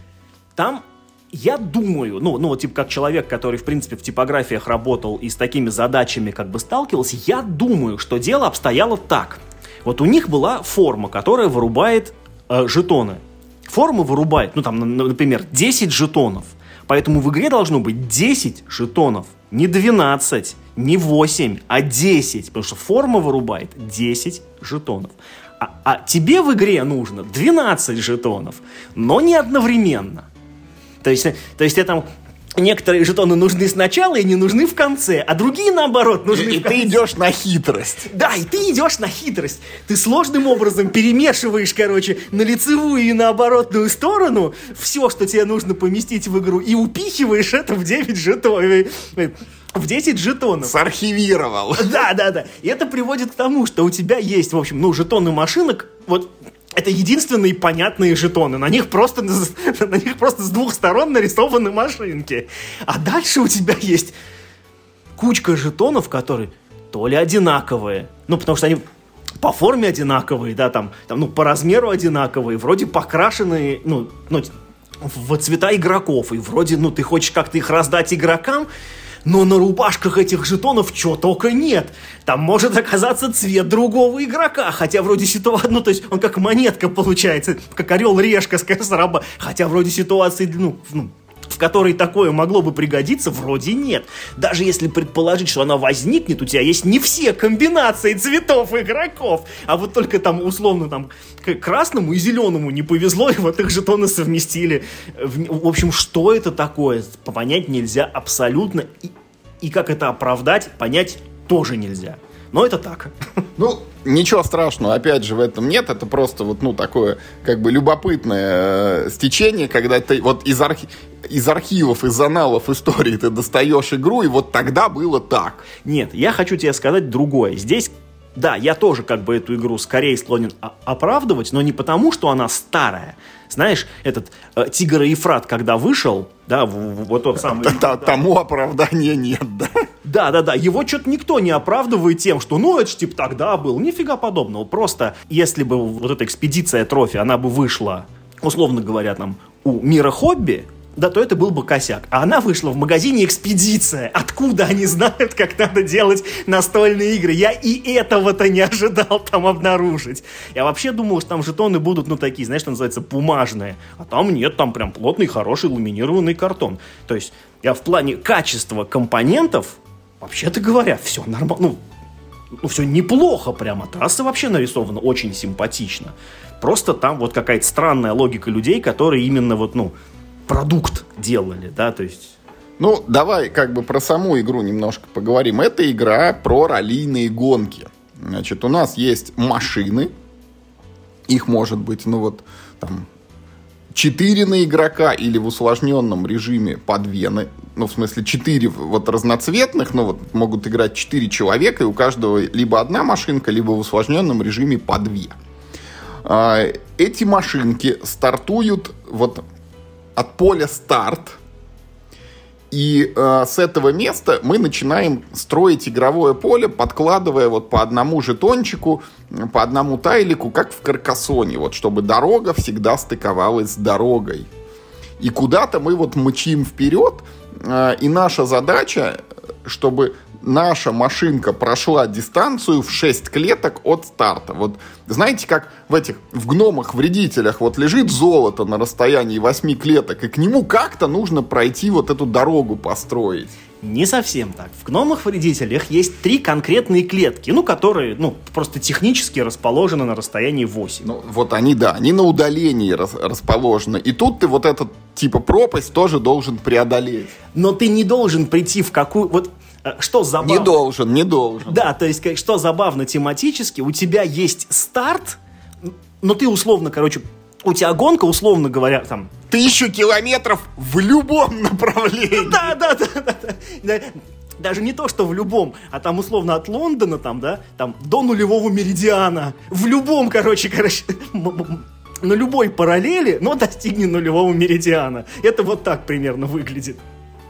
Там, я думаю, ну, ну, типа, как человек, который, в принципе, в типографиях работал и с такими задачами как бы сталкивался, я думаю, что дело обстояло так. Вот у них была форма, которая вырубает э, жетоны. Форма вырубает, ну там, например, десять жетонов. Поэтому в игре должно быть десять жетонов. Не двенадцать, не восемь, а десять. Потому что форма вырубает десять жетонов. А, а тебе в игре нужно двенадцать жетонов, но не одновременно. То есть, то есть я там некоторые жетоны нужны сначала и не нужны в конце, а другие, наоборот, нужны и, в конце. И ты идешь на хитрость. Да, и ты идешь на хитрость. Ты сложным образом перемешиваешь, короче, на лицевую и на оборотную сторону все, что тебе нужно поместить в игру, и упихиваешь это в девять жетонов. В десять жетонов. Сархивировал. Да, да, да. И это приводит к тому, что у тебя есть, в общем, ну, жетоны машинок, вот... Это единственные понятные жетоны. На них просто, на них просто с двух сторон нарисованы машинки. А дальше у тебя есть кучка жетонов, которые то ли одинаковые, ну, потому что они по форме одинаковые, да, там, там ну, по размеру одинаковые, вроде покрашенные, ну, ну, в цвета игроков, и вроде, ну, ты хочешь как-то их раздать игрокам, но на рубашках этих жетонов чего только нет. Там может оказаться цвет другого игрока. Хотя вроде ситуация... Ну, то есть он как монетка получается. Как орел-решка с раба. Хотя вроде ситуации, ну, ну, в которой такое могло бы пригодиться, вроде нет. Даже если предположить, что она возникнет, у тебя есть не все комбинации цветов игроков. А вот только там, условно, там, к красному и зеленому не повезло, и вот их жетоны совместили. В общем, что это такое, понять нельзя абсолютно. И, и как это оправдать, понять тоже нельзя. Но это так. Ну, ничего страшного, опять же, в этом нет. Это просто вот, ну, такое, как бы, любопытное э, стечение, когда ты вот из, архи... из архивов, из аналов истории ты достаешь игру, и вот тогда было так. Нет, я хочу тебе сказать другое. Здесь, да, я тоже как бы эту игру скорее склонен оправдывать, но не потому, что она старая. Знаешь, этот э, «Тигр и Ефрат», когда вышел, да, в, в, вот тот самый... Тому оправдания нет, да? Да-да-да, его что-то никто не оправдывает тем, что, ну, это ж типа тогда был. Нифига подобного. Просто, если бы вот эта экспедиция трофи, она бы вышла, условно говоря, там, у Мира Хобби, да, то это был бы косяк. А она вышла в магазине «Экспедиция». Откуда они знают, как надо делать настольные игры? Я и этого-то не ожидал там обнаружить. Я вообще думал, что там жетоны будут, ну, такие, знаешь, что называется, бумажные. А там нет, там прям плотный, хороший ламинированный картон. То есть, я в плане качества компонентов, вообще-то говоря, все нормально. Ну, ну, все неплохо прямо. Трасса вообще нарисована очень симпатично. Просто там вот какая-то странная логика людей, которые именно вот, ну, продукт делали, да, то есть... Ну, давай как бы про саму игру немножко поговорим. Это игра про раллийные гонки. Значит, у нас есть машины. Их может быть, ну вот, там, четыре на игрока или в усложненном режиме по две. Ну, в смысле, четыре вот разноцветных, ну, вот могут играть четыре человека, и у каждого либо одна машинка, либо в усложненном режиме по две. Эти машинки стартуют вот от поля старт, и э, с этого места мы начинаем строить игровое поле, подкладывая вот по одному жетончику, по одному тайлику, как в Каркассоне, вот, чтобы дорога всегда стыковалась с дорогой. И куда-то мы вот мчим вперед, э, и наша задача, чтобы наша машинка прошла дистанцию в шесть клеток от старта. Вот знаете, как в этих, в гномах-вредителях вот лежит золото на расстоянии восьми клеток, и к нему как-то нужно пройти вот эту дорогу построить. Не совсем так. В гномах-вредителях есть три конкретные клетки, ну, которые, ну, просто технически расположены на расстоянии восемь. Ну, вот они, да, они на удалении рас- расположены. И тут ты вот этот, типа, пропасть тоже должен преодолеть. Но ты не должен прийти в какую... Вот что забавно... Не должен, не должен. Да, то есть, что забавно тематически, у тебя есть старт, но ты условно, короче, у тебя гонка, условно говоря, там... Тысячу километров в любом направлении. Да, да, да, да, да. Даже не то, что в любом, а там условно от Лондона, там, да, там до нулевого меридиана. В любом, короче, короче, на любой параллели, но достигни нулевого меридиана. Это вот так примерно выглядит.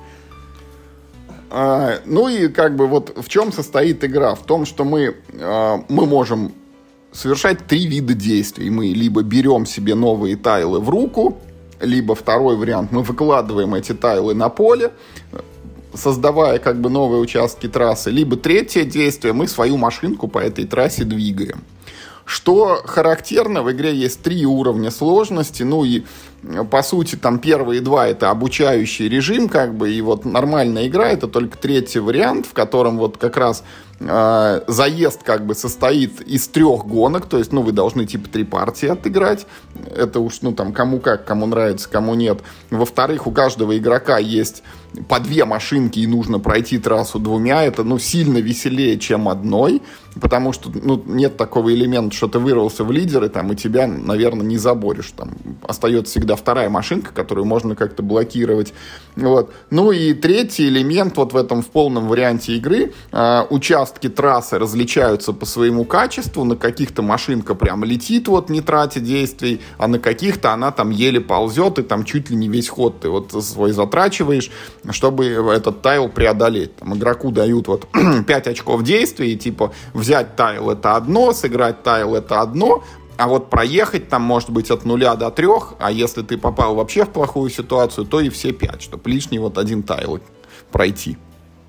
А, ну и как бы вот в чем состоит игра? В том, что мы, а, мы можем совершать три вида действий. Мы либо берем себе новые тайлы в руку, либо второй вариант, мы выкладываем эти тайлы на поле, создавая как бы новые участки трассы, либо третье действие, мы свою машинку по этой трассе двигаем. Что характерно, в игре есть три уровня сложности, ну и по сути там первые два это обучающий режим, как бы, и вот нормальная игра это только третий вариант, в котором вот как раз э, заезд как бы состоит из трех гонок, то есть, ну, вы должны типа три партии отыграть. Это уж, ну, там, кому как, кому нравится, кому нет. Во-вторых, у каждого игрока есть по две машинки, и нужно пройти трассу двумя. Это, ну, сильно веселее, чем одной, потому что, ну, нет такого элемента, что ты вырвался в лидеры, там, и тебя, наверное, не заборешь. Там остается всегда вторая машинка, которую можно как-то блокировать. Вот. Ну и третий элемент вот в этом в полном варианте игры. Э, участки трассы различаются по своему качеству. На каких-то машинка прям летит, вот, не тратя действий, а на каких-то она там еле ползет, и там чуть ли не весь ход ты вот свой затрачиваешь, чтобы этот тайл преодолеть. Там игроку дают вот пять очков действий, и типа взять тайл — это одно, сыграть тайл — это одно, а вот проехать там может быть от нуля до трех, а если ты попал вообще в плохую ситуацию, то и все пять, чтобы лишний вот один тайл пройти.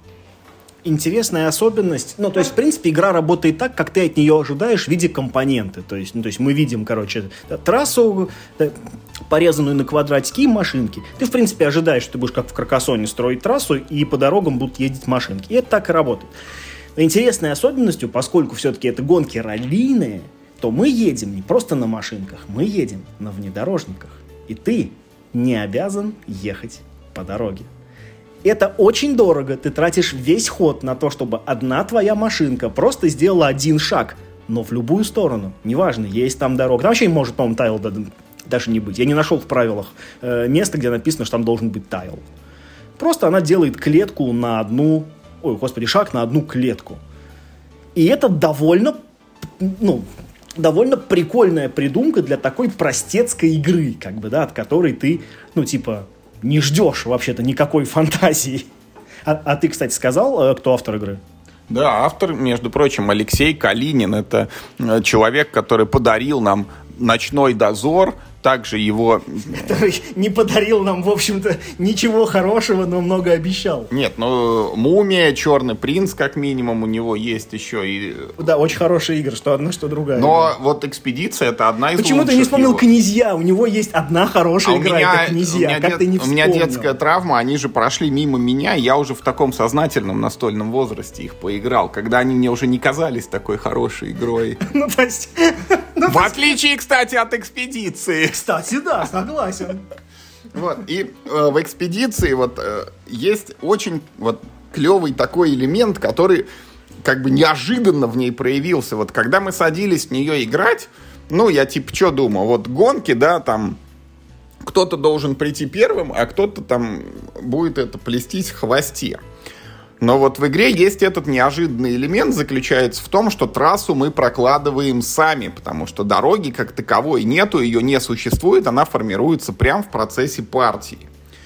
Интересная особенность. Ну, то есть, в принципе, игра работает так, как ты от нее ожидаешь в виде компоненты. То есть, ну, то есть мы видим, короче, трассу, порезанную на квадратики, и машинки. Ты, в принципе, ожидаешь, что ты будешь как в Каркассоне строить трассу, и по дорогам будут ездить машинки. И это так и работает. Но интересной особенностью, поскольку все-таки это гонки раллийные, то мы едем не просто на машинках, мы едем на внедорожниках. И ты не обязан ехать по дороге. Это очень дорого. Ты тратишь весь ход на то, чтобы одна твоя машинка просто сделала один шаг, но в любую сторону. Неважно, есть там дорога. Там вообще может, по-моему, тайл даже не быть. Я не нашел в правилах э, место, где написано, что там должен быть тайл. Просто она делает клетку на одну... Ой, господи, шаг на одну клетку. И это довольно... Ну, довольно прикольная придумка для такой простецкой игры, как бы, да, от которой ты, ну, типа... не ждешь вообще-то никакой фантазии. А, а ты, кстати, сказал, кто автор игры? Да, автор, между прочим, Алексей Калинин. Это человек, который подарил нам «Ночной дозор». Также его... Который не подарил нам, в общем-то, ничего хорошего, но много обещал. Нет, ну, «Мумия», «Черный принц», как минимум, у него есть еще и... Да, очень хорошие игры, что одна, что другая. Но да. Вот «Экспедиция» — это одна из Почему лучших. Почему ты не вспомнил его... «Князья»? У него есть одна хорошая а игра, меня, это «Князья». Как дет... ты не вспомнил? У меня детская травма, они же прошли мимо меня, я уже в таком сознательном настольном возрасте их поиграл, когда они мне уже не казались такой хорошей игрой. Ну, то есть... В отличие, кстати, от «Экспедиции». Кстати, да, согласен. Вот, и э, в «Экспедиции» вот э, есть очень вот клевый такой элемент, который как бы неожиданно в ней проявился. Вот когда мы садились в нее играть, ну, я типа что думал, вот гонки, да, там кто-то должен прийти первым, а кто-то там будет это плестись в хвосте. Но вот в игре есть этот неожиданный элемент, заключается в том, что трассу мы прокладываем сами, потому что дороги как таковой нету, ее не существует, она формируется прямо в процессе партии.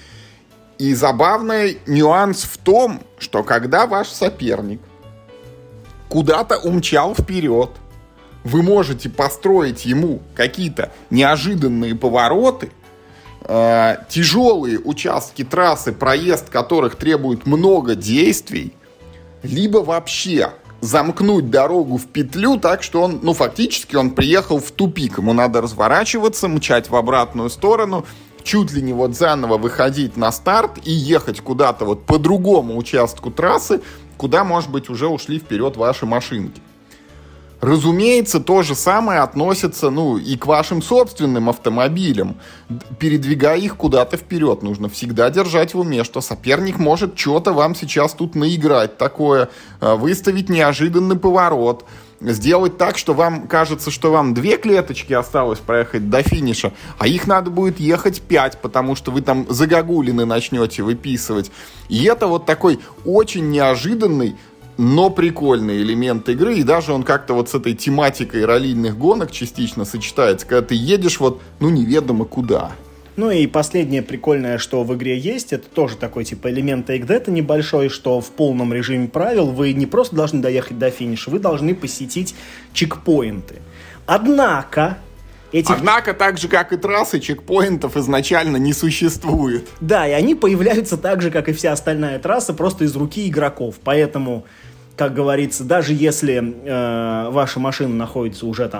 И забавный нюанс в том, что когда ваш соперник куда-то умчал вперед, вы можете построить ему какие-то неожиданные повороты, э, тяжелые участки трассы, проезд которых требует много действий, либо вообще замкнуть дорогу в петлю так, что он, ну, фактически он приехал в тупик. Ему надо разворачиваться, мчать в обратную сторону, чуть ли не вот заново выходить на старт и ехать куда-то вот по другому участку трассы, куда, может быть, уже ушли вперед ваши машинки. Разумеется, то же самое относится, ну, и к вашим собственным автомобилям. Передвигая их куда-то вперед, нужно всегда держать в уме, что соперник может что-то вам сейчас тут наиграть такое, выставить неожиданный поворот, сделать так, что вам кажется, что вам две клеточки осталось проехать до финиша, а их надо будет ехать пять, потому что вы там загогулины начнете выписывать. И это вот такой очень неожиданный, но прикольный элемент игры, и даже он как-то вот с этой тематикой раллийных гонок частично сочетается, когда ты едешь вот, ну, неведомо куда. Ну и последнее прикольное, что в игре есть, это тоже такой типа элемент тейк-дэта небольшой, что в полном режиме правил вы не просто должны доехать до финиша, вы должны посетить чекпоинты. Однако... Этих... Однако, так же, как и трассы, чекпоинтов изначально не существует. Да, и они появляются так же, как и вся остальная трасса, просто из руки игроков. Поэтому, как говорится, даже если э, ваша машина находится уже там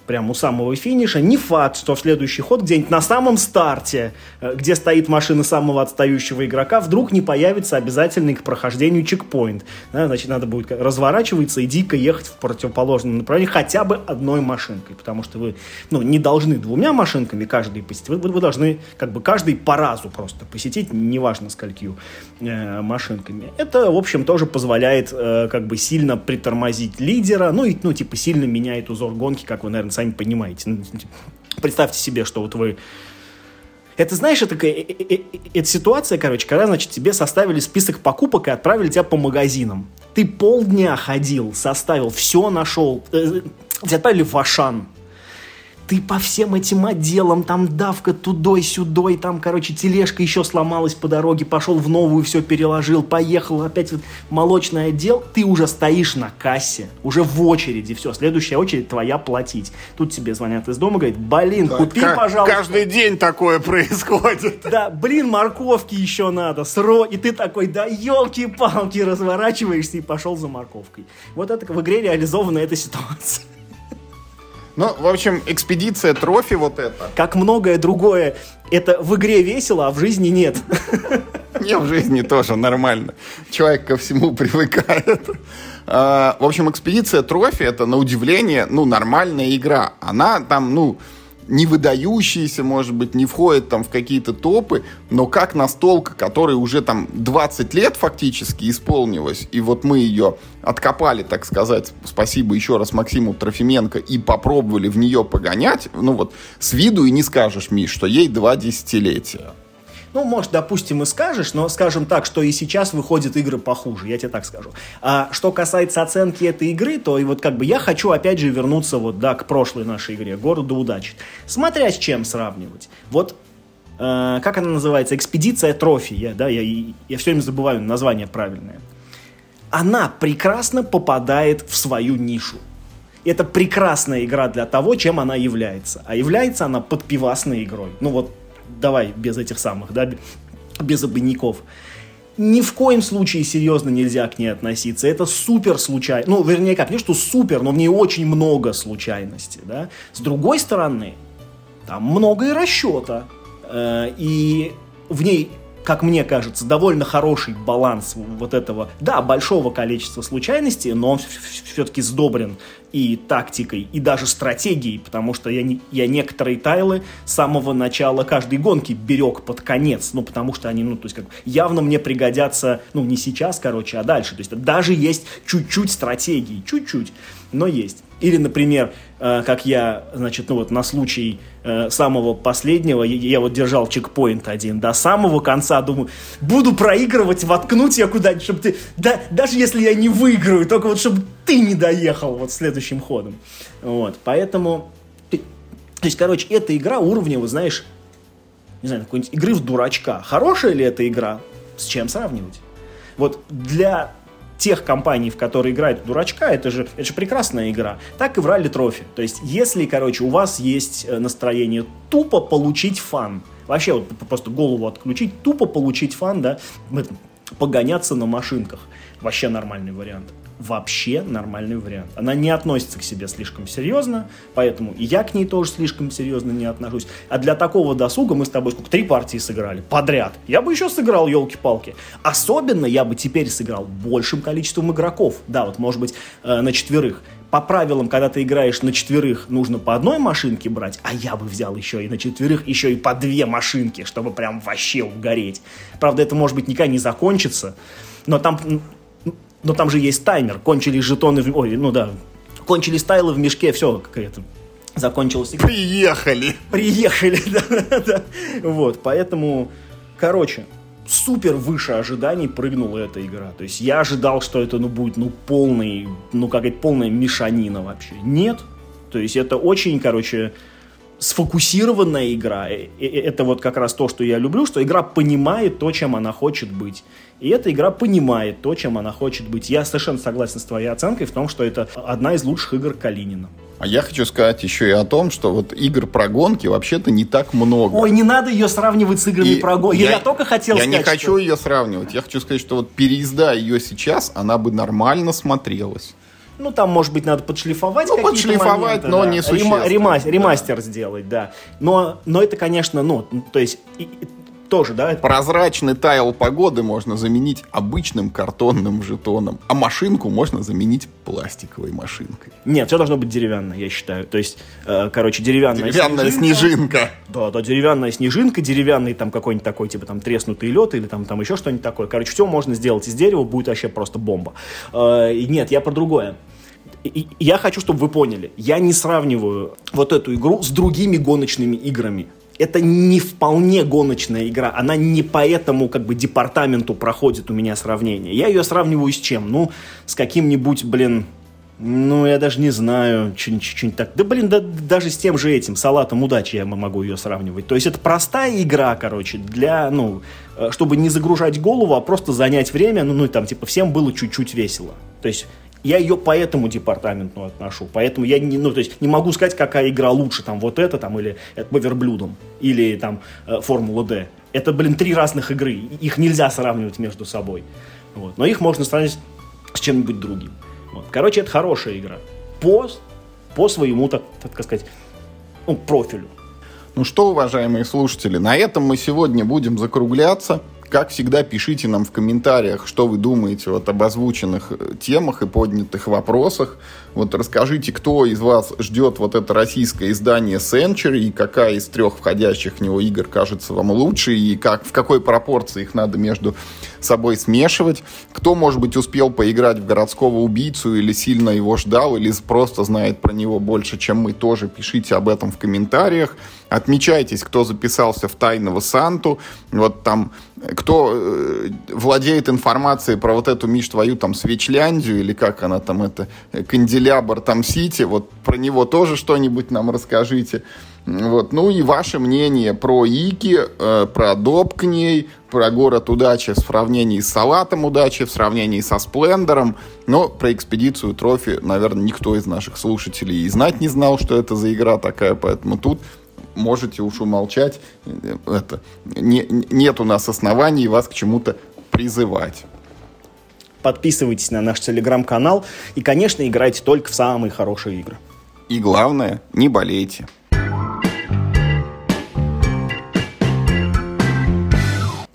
прямо у самого финиша. Не факт, что в следующий ход где-нибудь на самом старте, где стоит машина самого отстающего игрока, вдруг не появится обязательный к прохождению чекпоинт. Да, значит, надо будет разворачиваться и дико ехать в противоположном направлении хотя бы одной машинкой, потому что вы ну, не должны двумя машинками каждый посетить, вы, вы должны как бы каждый по разу просто посетить, неважно сколькью э, машинками. Это, в общем, тоже позволяет э, как бы сильно притормозить лидера, ну и ну, типа сильно меняет узор гонки, как вы, наверное, сами понимаете. Представьте себе, что вот вы... Это, знаешь, это, это ситуация, короче, когда, значит, тебе составили список покупок и отправили тебя по магазинам. Ты полдня ходил, составил, все нашел. Тебя отправили в Ашан. Ты по всем этим отделам, там давка тудой-сюдой, там, короче, тележка еще сломалась по дороге, пошел в новую, все переложил, поехал, опять вот молочный отдел, ты уже стоишь на кассе, уже в очереди, все, следующая очередь твоя платить. Тут тебе звонят из дома, говорят, блин, да, купи, к- пожалуйста. Каждый день такое происходит. Да, блин, морковки еще надо, сро, и ты такой, да елки-палки, разворачиваешься и пошел за морковкой. Вот это в игре реализована эта ситуация. Ну, в общем, экспедиция трофи вот это. Как многое другое, это в игре весело, а в жизни нет. Не, в жизни тоже нормально. Человек ко всему привыкает. А, в общем, экспедиция трофи это, на удивление, ну, нормальная игра. Она там, ну, не выдающаяся, может быть, не входит там в какие-то топы, но как настолка, которой уже там двадцать лет фактически исполнилась, и вот мы ее откопали, так сказать, спасибо еще раз Максиму Трофименко, и попробовали в нее погонять, ну вот с виду и не скажешь, Миш, что ей два десятилетия. Ну, может, допустим, и скажешь, но скажем так, что и сейчас выходят игры похуже, я тебе так скажу. А что касается оценки этой игры, то и вот как бы я хочу опять же вернуться вот, да, к прошлой нашей игре, «Городу удачи». Смотря с чем сравнивать. Вот, э, как она называется? «Экспедиция трофи», я, да, я, я все время забываю название правильное. Она прекрасно попадает в свою нишу. Это прекрасная игра для того, чем она является. А является она подпивасной игрой. Ну вот, давай без этих самых, да, без обиняков. Ни в коем случае серьезно нельзя к ней относиться. Это супер случайно. Ну, вернее, как, не что супер, но в ней очень много случайностей, да. С другой стороны, там много и расчета. Э, и в ней, как мне кажется, довольно хороший баланс вот этого, да, большого количества случайностей, но он все-таки сдобрен и тактикой, и даже стратегией, потому что я, не, я некоторые тайлы с самого начала каждой гонки берег под конец, ну, потому что они, ну, то есть, как явно мне пригодятся, ну, не сейчас, короче, а дальше, то есть, даже есть чуть-чуть стратегии, чуть-чуть, но есть. Или, например, э, как я, значит, ну, вот на случай э, самого последнего, я, я вот держал чекпоинт один до самого конца, думаю, буду проигрывать, воткнуть я куда-нибудь, чтобы ты, да, даже если я не выиграю, только вот чтобы ты не доехал вот следующим ходом. Вот, поэтому, то есть, короче, эта игра уровня, вот знаешь, не знаю, какой-нибудь игры в дурачка. Хорошая ли эта игра? С чем сравнивать? Вот для тех компаний, в которые играют в дурачка, это же, это же прекрасная игра. Так и в Rally Trophy. То есть, если, короче, у вас есть настроение тупо получить фан, вообще вот просто голову отключить, тупо получить фан, да, погоняться на машинках, вообще нормальный вариант. Вообще нормальный вариант. Она не относится к себе слишком серьезно, поэтому и я к ней тоже слишком серьезно не отношусь. А для такого досуга мы с тобой сколько? Три партии сыграли подряд. Я бы еще сыграл, елки-палки. Особенно я бы теперь сыграл большим количеством игроков. Да, вот может быть э, на четверых. По правилам, когда ты играешь на четверых, нужно по одной машинке брать, а я бы взял еще и на четверых, еще и по две машинки, чтобы прям вообще угореть. Правда, это, может быть, никогда не закончится, но там... Но там же есть таймер, кончились жетоны, в... ой, ну да, кончились тайлы в мешке, все, какая-то закончилась. Приехали. Приехали, да, да. Вот, поэтому, короче, супер выше ожиданий прыгнула эта игра. То есть я ожидал, что это, ну, будет, ну, полный, ну, какая-то полная мешанина вообще. Нет. То есть это очень, короче, сфокусированная игра. Это вот как раз то, что я люблю, что игра понимает то, чем она хочет быть. И эта игра понимает то, чем она хочет быть. Я совершенно согласен с твоей оценкой в том, что это одна из лучших игр Калинина. А я хочу сказать еще и о том, что вот игр про гонки вообще-то не так много. Ой, не надо ее сравнивать с играми и про гонки. Я, я только хотел я сказать, Я не хочу что... ее сравнивать. Я хочу сказать, что вот переезда ее сейчас, она бы нормально смотрелась. Ну, там, может быть, надо подшлифовать ну, какие-то подшлифовать, моменты, но да. не существенно. Рема- ремастер да. сделать, да. Но, но это, конечно, ну, то есть, и, и, тоже, да. Прозрачный тайл погоды можно заменить обычным картонным жетоном, а машинку можно заменить пластиковой машинкой. Нет, все должно быть деревянное, я считаю. То есть, э, короче, деревянная, деревянная снежинка. снежинка. Да, да, деревянная снежинка, деревянный там какой-нибудь такой, типа там треснутый лед или там, там еще что-нибудь такое. Короче, все можно сделать из дерева, будет вообще просто бомба. Э, нет, я про другое. И, и я хочу, чтобы вы поняли, я не сравниваю вот эту игру с другими гоночными играми. Это не вполне гоночная игра, она не по этому как бы департаменту проходит у меня сравнение. Я ее сравниваю с чем? Ну, с каким-нибудь, блин, ну, я даже не знаю, что-нибудь так. Да, блин, да, даже с тем же этим, салатом удачи я могу ее сравнивать. То есть это простая игра, короче, для, ну, чтобы не загружать голову, а просто занять время, ну, ну, и там, типа, всем было чуть-чуть весело. То есть я ее по этому департаменту отношу, поэтому я не, ну, то есть не могу сказать, какая игра лучше, там, вот это, там, или это по верблюдам, или, там, э, Формула Д. Это, блин, три разных игры, их нельзя сравнивать между собой. Вот. Но их можно сравнить с чем-нибудь другим. Вот. Короче, это хорошая игра. По, по своему, так, так сказать, ну, профилю. Ну что, уважаемые слушатели, на этом мы сегодня будем закругляться. Как всегда, пишите нам в комментариях, что вы думаете вот об озвученных темах и поднятых вопросах. Вот расскажите, кто из вас ждет вот это российское издание Century, и какая из трех входящих в него игр кажется вам лучше, и как, в какой пропорции их надо между собой смешивать. Кто, может быть, успел поиграть в городского убийцу, или сильно его ждал, или просто знает про него больше, чем мы, тоже пишите об этом в комментариях. Отмечайтесь, кто записался в Тайного Санту. Вот там, кто э, владеет информацией про вот эту, Миш, твою там Свечляндию, или как она там, это, Канделябр там Сити, вот про него тоже что-нибудь нам расскажите. Вот. Ну и ваше мнение про Ики, э, про доп к ней, про город удачи в сравнении с салатом удачи, в сравнении со Сплендером. Но про экспедицию Трофи, наверное, никто из наших слушателей и знать не знал, что это за игра такая, поэтому тут можете уж умолчать. Это, не, нет у нас оснований вас к чему-то призывать. Подписывайтесь на наш телеграм-канал и, конечно, играйте только в самые хорошие игры. И главное, не болейте.